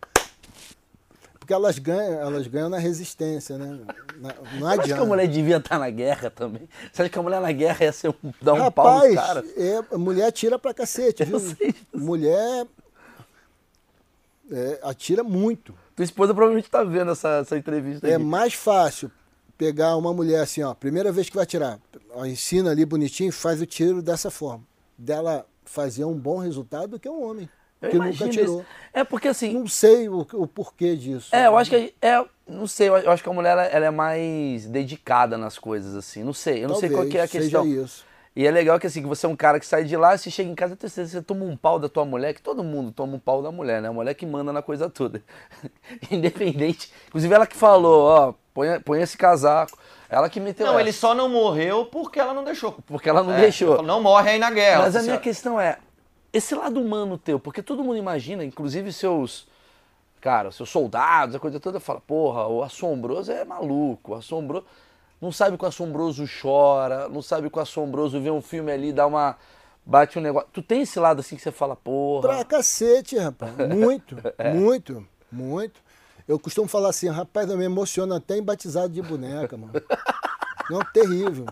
Porque elas ganham, elas ganham na resistência, né? Na, não Você acha que adianta. a mulher devia estar na guerra também? Você acha que a mulher na guerra ia ser um, dar um pau nos Rapaz, caras? é, mulher tira pra cacete, viu? sei disso. Mulher É, atira muito. Tua esposa provavelmente tá vendo essa, essa entrevista É aqui. mais fácil pegar uma mulher assim, ó, primeira vez que vai atirar, ó, ensina ali bonitinho, faz o tiro dessa forma. Dela fazer um bom resultado do que um homem Eu que nunca imagino atirou. isso. É porque assim... Não sei o, o porquê disso. É, eu acho que... É, não sei, eu acho que a mulher ela, ela é mais dedicada nas coisas, assim. Não sei, eu não Talvez sei qual que é a questão. seja isso. E é legal que assim, que você é um cara que sai de lá, você chega em casa, você, você toma um pau da tua mulher, que todo mundo toma um pau da mulher, né? A mulher que manda na coisa toda. Independente. Inclusive ela que falou, ó, põe, põe esse casaco. Ela que meteu Não, essa. ele só não morreu porque ela não deixou. Porque ela não É, deixou. ela falou, não morre aí na guerra. Mas a Nossa minha Senhora. questão é, esse lado humano teu, porque todo mundo imagina, inclusive seus, cara, seus soldados, a coisa toda, fala, porra, o assombroso é maluco, o assombroso, não sabe que o assombroso chora, não sabe que o assombroso vê um filme ali, dá uma, bate um negócio. Tu tem esse lado assim que você fala, porra... Pra cacete, rapaz. Muito, É. muito, muito. Eu costumo falar assim, rapaz, eu me emociono até em batizado de boneca, mano. Não, terrível.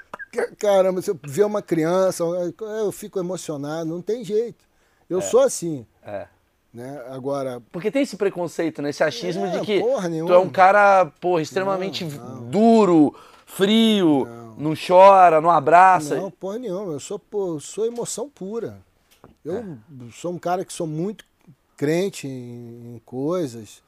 Caramba, se eu ver uma criança, eu fico emocionado, não tem jeito. Eu sou assim. É. Né? Agora, Porque tem esse preconceito, né? Esse achismo É, de que porra tu nenhuma. é um cara, porra, extremamente Não, não. duro, frio, Não. não chora, não abraça. não, porra nenhuma, eu sou, pô, eu sou emoção pura. Eu É. sou um cara que sou muito crente em, em coisas,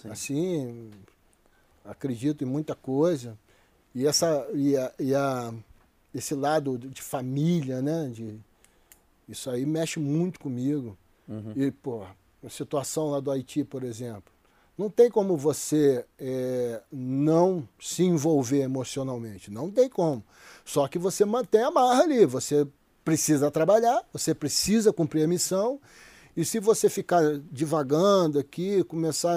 assim, acredito em muita coisa. E, essa, e, a, e a, esse lado de família, né? De, isso aí mexe muito comigo. Uhum. E, pô, a situação lá do Haiti, por exemplo, não tem como você é, não se envolver emocionalmente. Não tem como. Só que você mantém a marra ali. Você precisa trabalhar, você precisa cumprir a missão. E se você ficar divagando aqui, começar...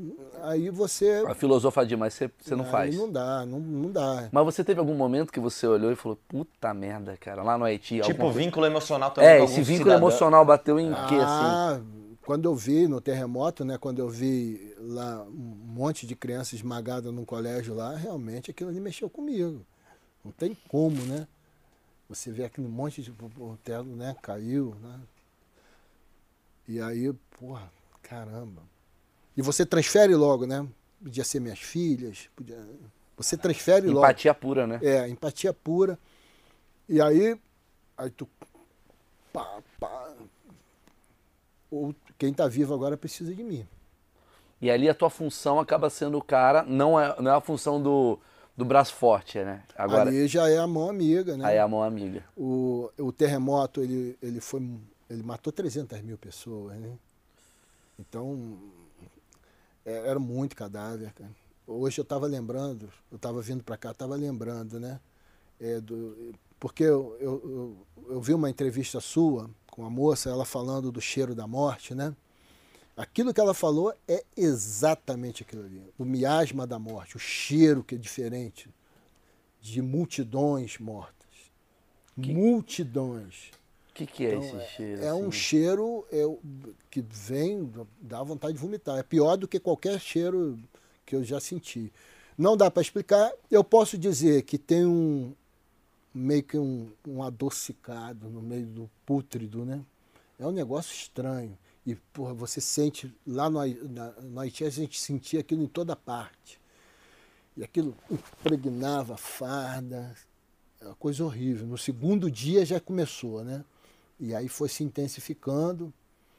Aí você... A filosofar demais você, você não aí faz. Não dá, não, não dá. Mas você teve algum momento que você olhou e falou, puta merda, cara, lá no Haiti... Tipo, alguma coisa- vínculo emocional também É, com esse algum vínculo cidadão. emocional bateu em quê, assim? Ah, quando eu vi no terremoto, né? Quando eu vi lá um monte de criança esmagada num colégio lá, realmente aquilo ali mexeu comigo. Não tem como, né? Você vê aquele monte de... O telo, né? Caiu, né? E aí, porra, caramba. E você transfere logo, né? Podia ser minhas filhas, podia... Você transfere logo. Empatia pura, né? É, empatia pura. E aí, aí tu... Pá, pá. Ou quem tá vivo agora precisa de mim. E ali a tua função acaba sendo o cara, não é, não é a função do, do braço forte, né? Agora, Ali já é a mão amiga, né? aí é a mão amiga. O, o terremoto, ele, ele foi... Ele matou trezentas mil pessoas, né? Então, é- era muito cadáver, cara. Hoje eu estava lembrando, eu estava vindo para cá, estava lembrando, né? É, do, porque eu, eu, eu, eu vi uma entrevista sua com a moça, ela falando do cheiro da morte, né? Aquilo que ela falou é exatamente aquilo ali. O miasma da morte, o cheiro que é diferente de multidões mortas. Que- Multidões. O que, que é Então, esse cheiro? É um assim? cheiro é, o- que vem, dá vontade de vomitar. É pior do que qualquer cheiro que eu já senti. Não dá para explicar. Eu posso dizer que tem um meio que um, um adocicado no meio do pútrido, né? É um negócio estranho. E, porra, você sente, lá no, Hai- na- no Haiti a gente sentia aquilo em toda parte. E aquilo impregnava a farda, é uma coisa horrível. No segundo dia já começou, né? E aí foi se intensificando.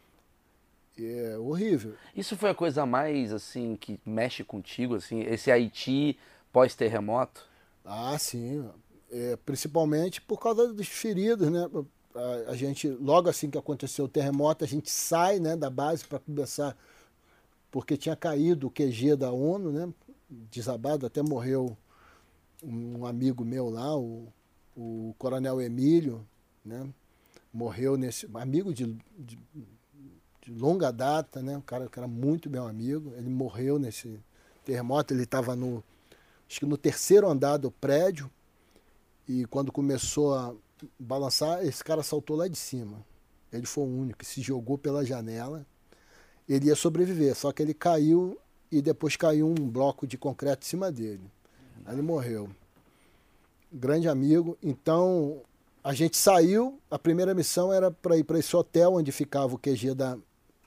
É horrível. Isso foi a coisa mais, assim, que mexe contigo, assim, esse Haiti pós-terremoto? Ah, sim. É, principalmente por causa dos feridos, né? A, a gente, logo assim que aconteceu o terremoto, a gente sai, né, da base para começar, porque tinha caído o Q G da ONU, né? Desabado, até morreu um amigo meu lá, o, o Coronel Emílio, né? Morreu nesse... Amigo de, de, de longa data, né? Um cara que era muito meu amigo. Ele morreu nesse terremoto. Ele estava no... Acho que no terceiro andar do prédio. E quando começou a balançar, esse cara saltou lá de cima. Ele foi o único que se jogou pela janela. Ele ia sobreviver, só que ele caiu e depois caiu um bloco de concreto em cima dele. Aí ele morreu. Grande amigo. Então, a gente saiu, a primeira missão era para ir para esse hotel onde ficava o Q G da,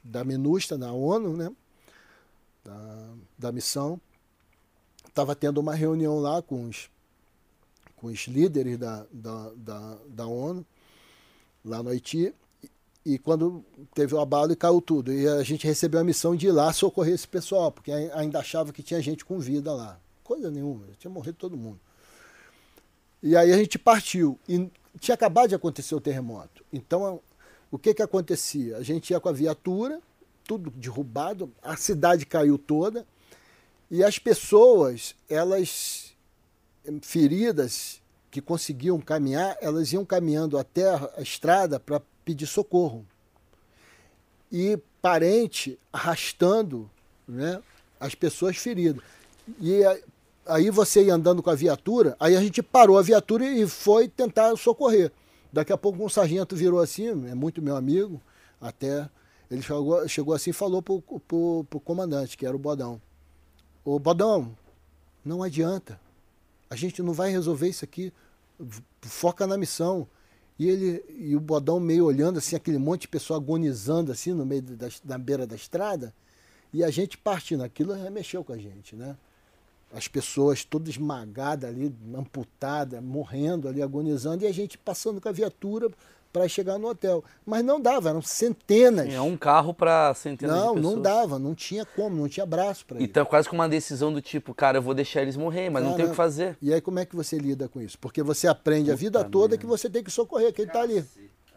da MINUSTAH, na ONU, né? Da, da missão. Estava tendo uma reunião lá com os, com os líderes da, da, da, da ONU, lá no Haiti, e, e quando teve o abalo e caiu tudo. E a gente recebeu a missão de ir lá socorrer esse pessoal, porque ainda achava que tinha gente com vida lá. Coisa nenhuma, tinha morrido todo mundo. E aí a gente partiu. E tinha acabado de acontecer o terremoto. Então, o que que acontecia? A gente ia com a viatura, tudo derrubado, a cidade caiu toda, e as pessoas, elas feridas, que conseguiam caminhar, elas iam caminhando até a estrada para pedir socorro. E parente arrastando, né, as pessoas feridas. E aí você ia andando com a viatura, aí a gente parou a viatura e foi tentar socorrer. Daqui a pouco um sargento virou assim, é muito meu amigo, até ele chegou, chegou assim e falou para o comandante, que era o Bodão. Ô Bodão, não adianta, a gente não vai resolver isso aqui, foca na missão. E, ele, e o Bodão meio olhando assim, aquele monte de pessoa agonizando assim no meio da, da beira da estrada, e a gente partindo, aquilo remexeu com a gente, né? As pessoas todas esmagadas ali, amputadas, morrendo ali, agonizando, e a gente passando com a viatura para chegar no hotel. Mas não dava, eram centenas. É um carro para centenas não, de pessoas. Não, não dava, não tinha como, não tinha braço para ir. Então é quase que uma decisão do tipo, cara, eu vou deixar eles morrer, mas não, não tem o que fazer. E aí como é que você lida com isso? Porque você aprende Puta a vida toda mesmo. Que você tem que socorrer quem está ali.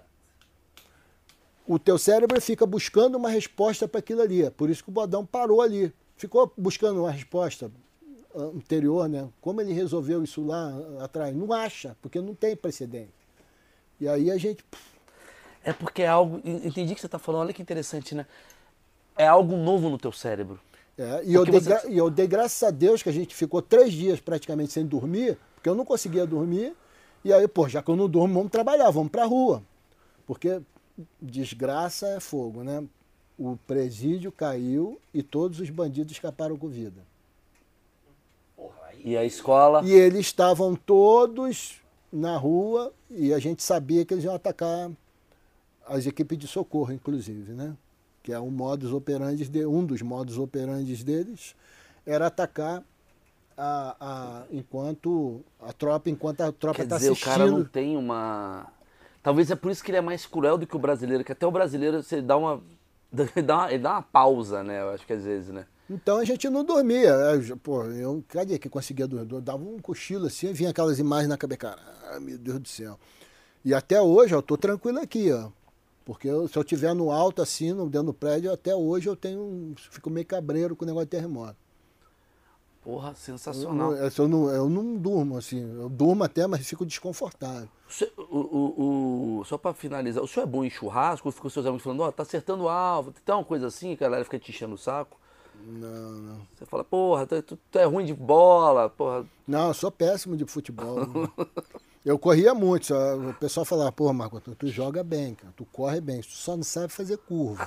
O teu cérebro fica buscando uma resposta para aquilo ali. Por isso que o Bodão parou ali. Ficou buscando uma resposta anterior, né? Como ele resolveu isso lá atrás? Não acha, porque não tem precedente. E aí a gente... É porque é algo... Entendi o que você está falando, olha que interessante, né? É algo novo no teu cérebro. É, e eu, dei, você... e eu dei graças a Deus que a gente ficou três dias praticamente sem dormir, porque eu não conseguia dormir. E aí, pô, já que eu não durmo, vamos trabalhar, vamos pra rua. Porque desgraça é fogo, né? O presídio caiu e todos os bandidos escaparam com vida. E a escola? E eles estavam todos na rua e a gente sabia que eles iam atacar as equipes de socorro, inclusive, né? Que é um modus operandi de, um dos modus operandi deles era atacar a, a enquanto a tropa enquanto a tropa está assistindo. Quer dizer, o cara não tem uma... Talvez é por isso que ele é mais cruel do que o brasileiro, que até o brasileiro você dá uma ele dá uma, ele dá uma pausa, né? Eu acho que às vezes, né? Então a gente não dormia. Eu, pô, eu, cadê que conseguia dormir? Eu dava um cochilo assim, vinha aquelas imagens na cabeça. Cara, ah, meu Deus do céu. E até hoje eu tô tranquilo aqui, ó. Porque eu, se eu estiver no alto, assim, no, dentro do prédio, até hoje eu tenho. Fico meio cabreiro com o negócio de terremoto. Porra, sensacional. Eu, eu, eu, não, eu não durmo, assim. Eu durmo até, mas fico desconfortável. O, o, o, só pra finalizar, o senhor é bom em churrasco? Ou ficam seus amigos falando, ó, oh, tá acertando o alvo? Tem uma coisa assim que a galera fica te enchendo o saco? Não, não. Você fala, porra, tu, tu, tu é ruim de bola, porra. Não, eu sou péssimo de futebol. Eu corria muito, só, o pessoal falava, pô, Marco, tu, tu joga bem, cara, tu corre bem, tu só não sabe fazer curva.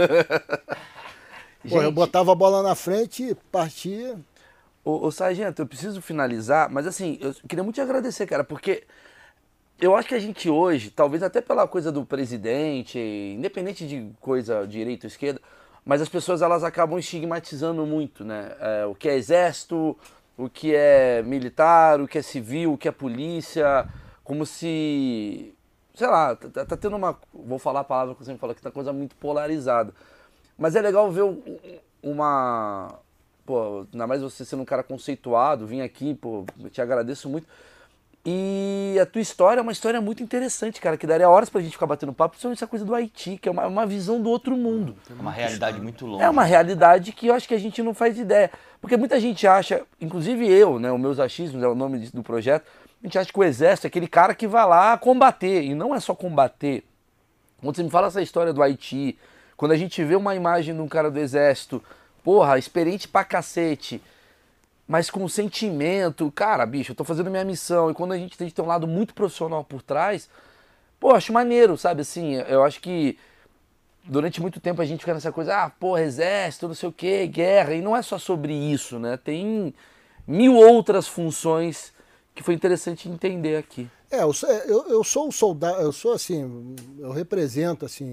Pô, eu botava a bola na frente e partia. Ô, ô, Sargento, eu preciso finalizar, mas assim, eu queria muito te agradecer, cara, porque eu acho que a gente hoje, talvez até pela coisa do presidente, independente de coisa direita ou esquerda, mas as pessoas elas acabam estigmatizando muito, né? É, o que é exército, o que é militar, o que é civil, o que é polícia, como se, sei lá, tá, tá tendo uma, vou falar a palavra que eu sempre falo, que tá coisa muito polarizada. Mas é legal ver uma, pô, ainda mais você sendo um cara conceituado, vim aqui, pô, eu te agradeço muito. E a tua história é uma história muito interessante, cara, que daria horas pra gente ficar batendo papo, principalmente essa coisa do Haiti, que é uma, uma visão do outro mundo. É uma realidade muito longa. É uma realidade que eu acho que a gente não faz ideia. Porque muita gente acha, inclusive eu, né, os meus achismos, é o nome do projeto, a gente acha que o exército é aquele cara que vai lá combater, e não é só combater. Quando você me fala essa história do Haiti, quando a gente vê uma imagem de um cara do exército, porra, experiente pra cacete, mas com sentimento, cara, bicho, eu tô fazendo minha missão, e quando a gente tem que ter um lado muito profissional por trás, pô, acho maneiro, sabe, assim, eu acho que durante muito tempo a gente fica nessa coisa, ah, porra, exército, não sei o que, guerra, e não é só sobre isso, né, tem mil outras funções que foi interessante entender aqui. É, eu, eu, eu sou um soldado, eu sou assim, eu represento, assim,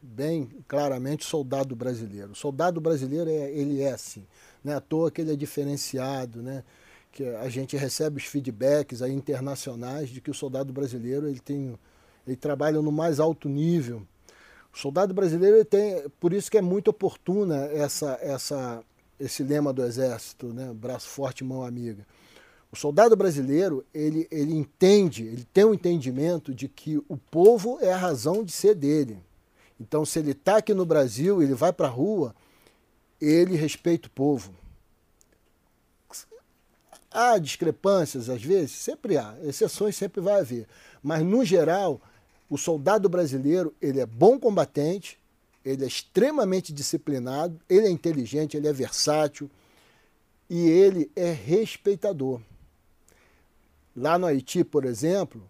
bem claramente soldado brasileiro. O soldado brasileiro, é, ele é assim. Não é à toa que ele é diferenciado, né? Que a gente recebe os feedbacks aí internacionais de que o soldado brasileiro ele tem, ele trabalha no mais alto nível. O soldado brasileiro ele tem, por isso que é muito oportuna essa, essa, esse lema do Exército, né? Braço forte, mão amiga. O soldado brasileiro ele, ele entende, ele tem um entendimento de que o povo é a razão de ser dele. Então, se ele está aqui no Brasil, ele vai para a rua, ele respeita o povo. Há discrepâncias, às vezes? Sempre há. Exceções sempre vai haver. Mas, no geral, o soldado brasileiro ele é bom combatente, ele é extremamente disciplinado, ele é inteligente, ele é versátil e ele é respeitador. Lá no Haiti, por exemplo,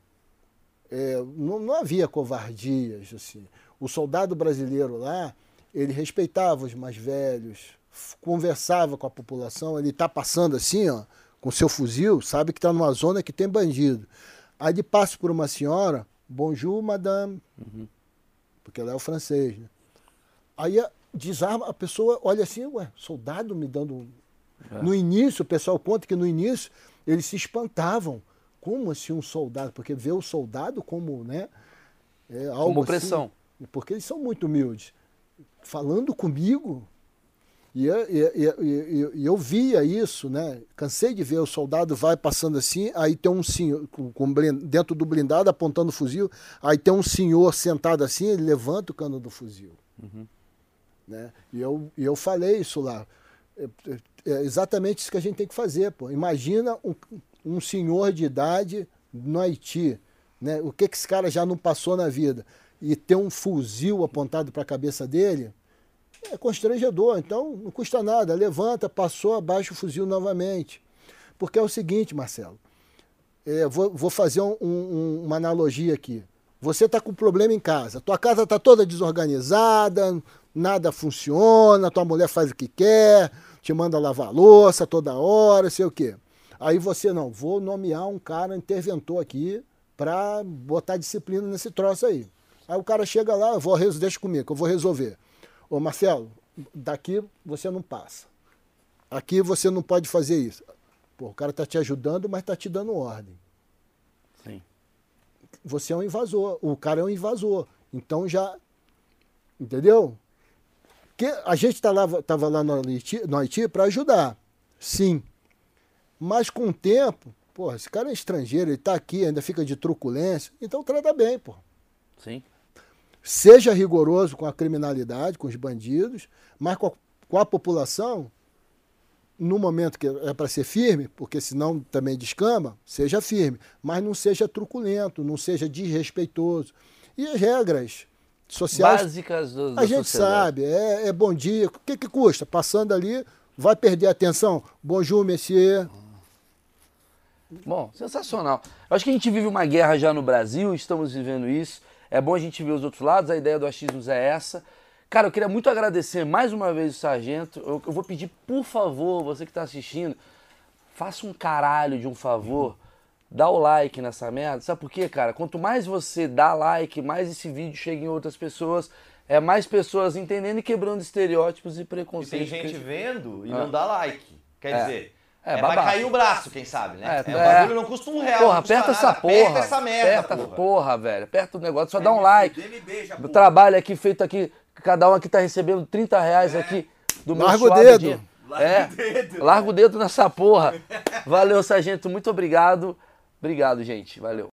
é, não, não havia covardias, assim. O soldado brasileiro lá, ele respeitava os mais velhos, conversava com a população, ele está passando assim, ó, com seu fuzil, sabe que está numa zona que tem bandido. Aí ele passa por uma senhora, bonjour, madame, uhum. Porque ela é o francês, né? Aí a, desarma, a pessoa olha assim, ué, soldado me dando... É. No início, o pessoal conta que no início eles se espantavam. Como assim um soldado? Porque vê o soldado como, né? É, algo como opressão. Assim, porque eles são muito humildes. Falando comigo, e eu, e, e, e, e eu via isso, né? Cansei de ver o soldado vai passando assim, aí tem um senhor com, com blind, dentro do blindado apontando o fuzil, aí tem um senhor sentado assim, ele levanta o cano do fuzil. Uhum. Né? E eu, e eu falei isso lá. É, é exatamente isso que a gente tem que fazer. Pô. Imagina um, um senhor de idade no Haiti, né? O que, que esse cara já não passou na vida? E ter um fuzil apontado para a cabeça dele é constrangedor. Então não custa nada. Levanta, passou, abaixa o fuzil novamente. Porque é o seguinte, Marcelo, é, vou, vou fazer um, um, uma analogia aqui. Você está com problema em casa, tua casa está toda desorganizada, nada funciona, tua mulher faz o que quer, te manda lavar a louça toda hora, sei o quê. Aí você, não, vou nomear um cara interventor aqui para botar disciplina nesse troço aí. Aí o cara chega lá, eu vou resolver, deixa comigo, que eu vou resolver. Ô Marcelo, daqui você não passa. Aqui você não pode fazer isso. Pô, o cara está te ajudando, mas está te dando ordem. Sim. Você é um invasor, o cara é um invasor. Então já, entendeu? Que a gente tá lá, estava lá no Haiti, no Haiti para ajudar, sim. Mas com o tempo, porra, esse cara é estrangeiro, ele está aqui, ainda fica de truculência, então trata bem, pô. Sim. Seja rigoroso com a criminalidade, com os bandidos, mas com a, com a população, no momento que é para ser firme, porque senão também descama, seja firme, mas não seja truculento, não seja desrespeitoso. E as regras sociais... Básicas do, da A gente sociedade. sabe, é, é bom dia, o que, que custa? Passando ali, vai perder a atenção? Bonjour, monsieur. Bom, sensacional. Eu acho que a gente vive uma guerra já no Brasil, estamos vivendo isso. É bom a gente ver os outros lados, a ideia do achismos é essa. Cara, eu queria muito agradecer mais uma vez o Sargento. Eu, eu vou pedir, por favor, você que está assistindo, faça um caralho de um favor, dá o like nessa merda. Sabe por quê, cara? Quanto mais você dá like, mais esse vídeo chega em outras pessoas, é mais pessoas entendendo e quebrando estereótipos e E preconceitos. tem gente que- vendo e Ah. não dá like. Quer É. dizer, É, é, vai babaca. cair o braço, quem sabe, né? É, É, o é. bagulho não custa um real. Porra, não custa aperta essa nada. porra. Aperta essa merda, Aperta, porra. porra, velho. Aperta o negócio, só Quer dá um me like. fuder, me beija, O porra. trabalho aqui feito aqui, cada um aqui tá recebendo trinta reais aqui do meu Larga o suado dedo. dinheiro. Larga É, o dedo. larga o dedo nessa porra. Valeu, Sargento, muito obrigado. Obrigado, gente. Valeu.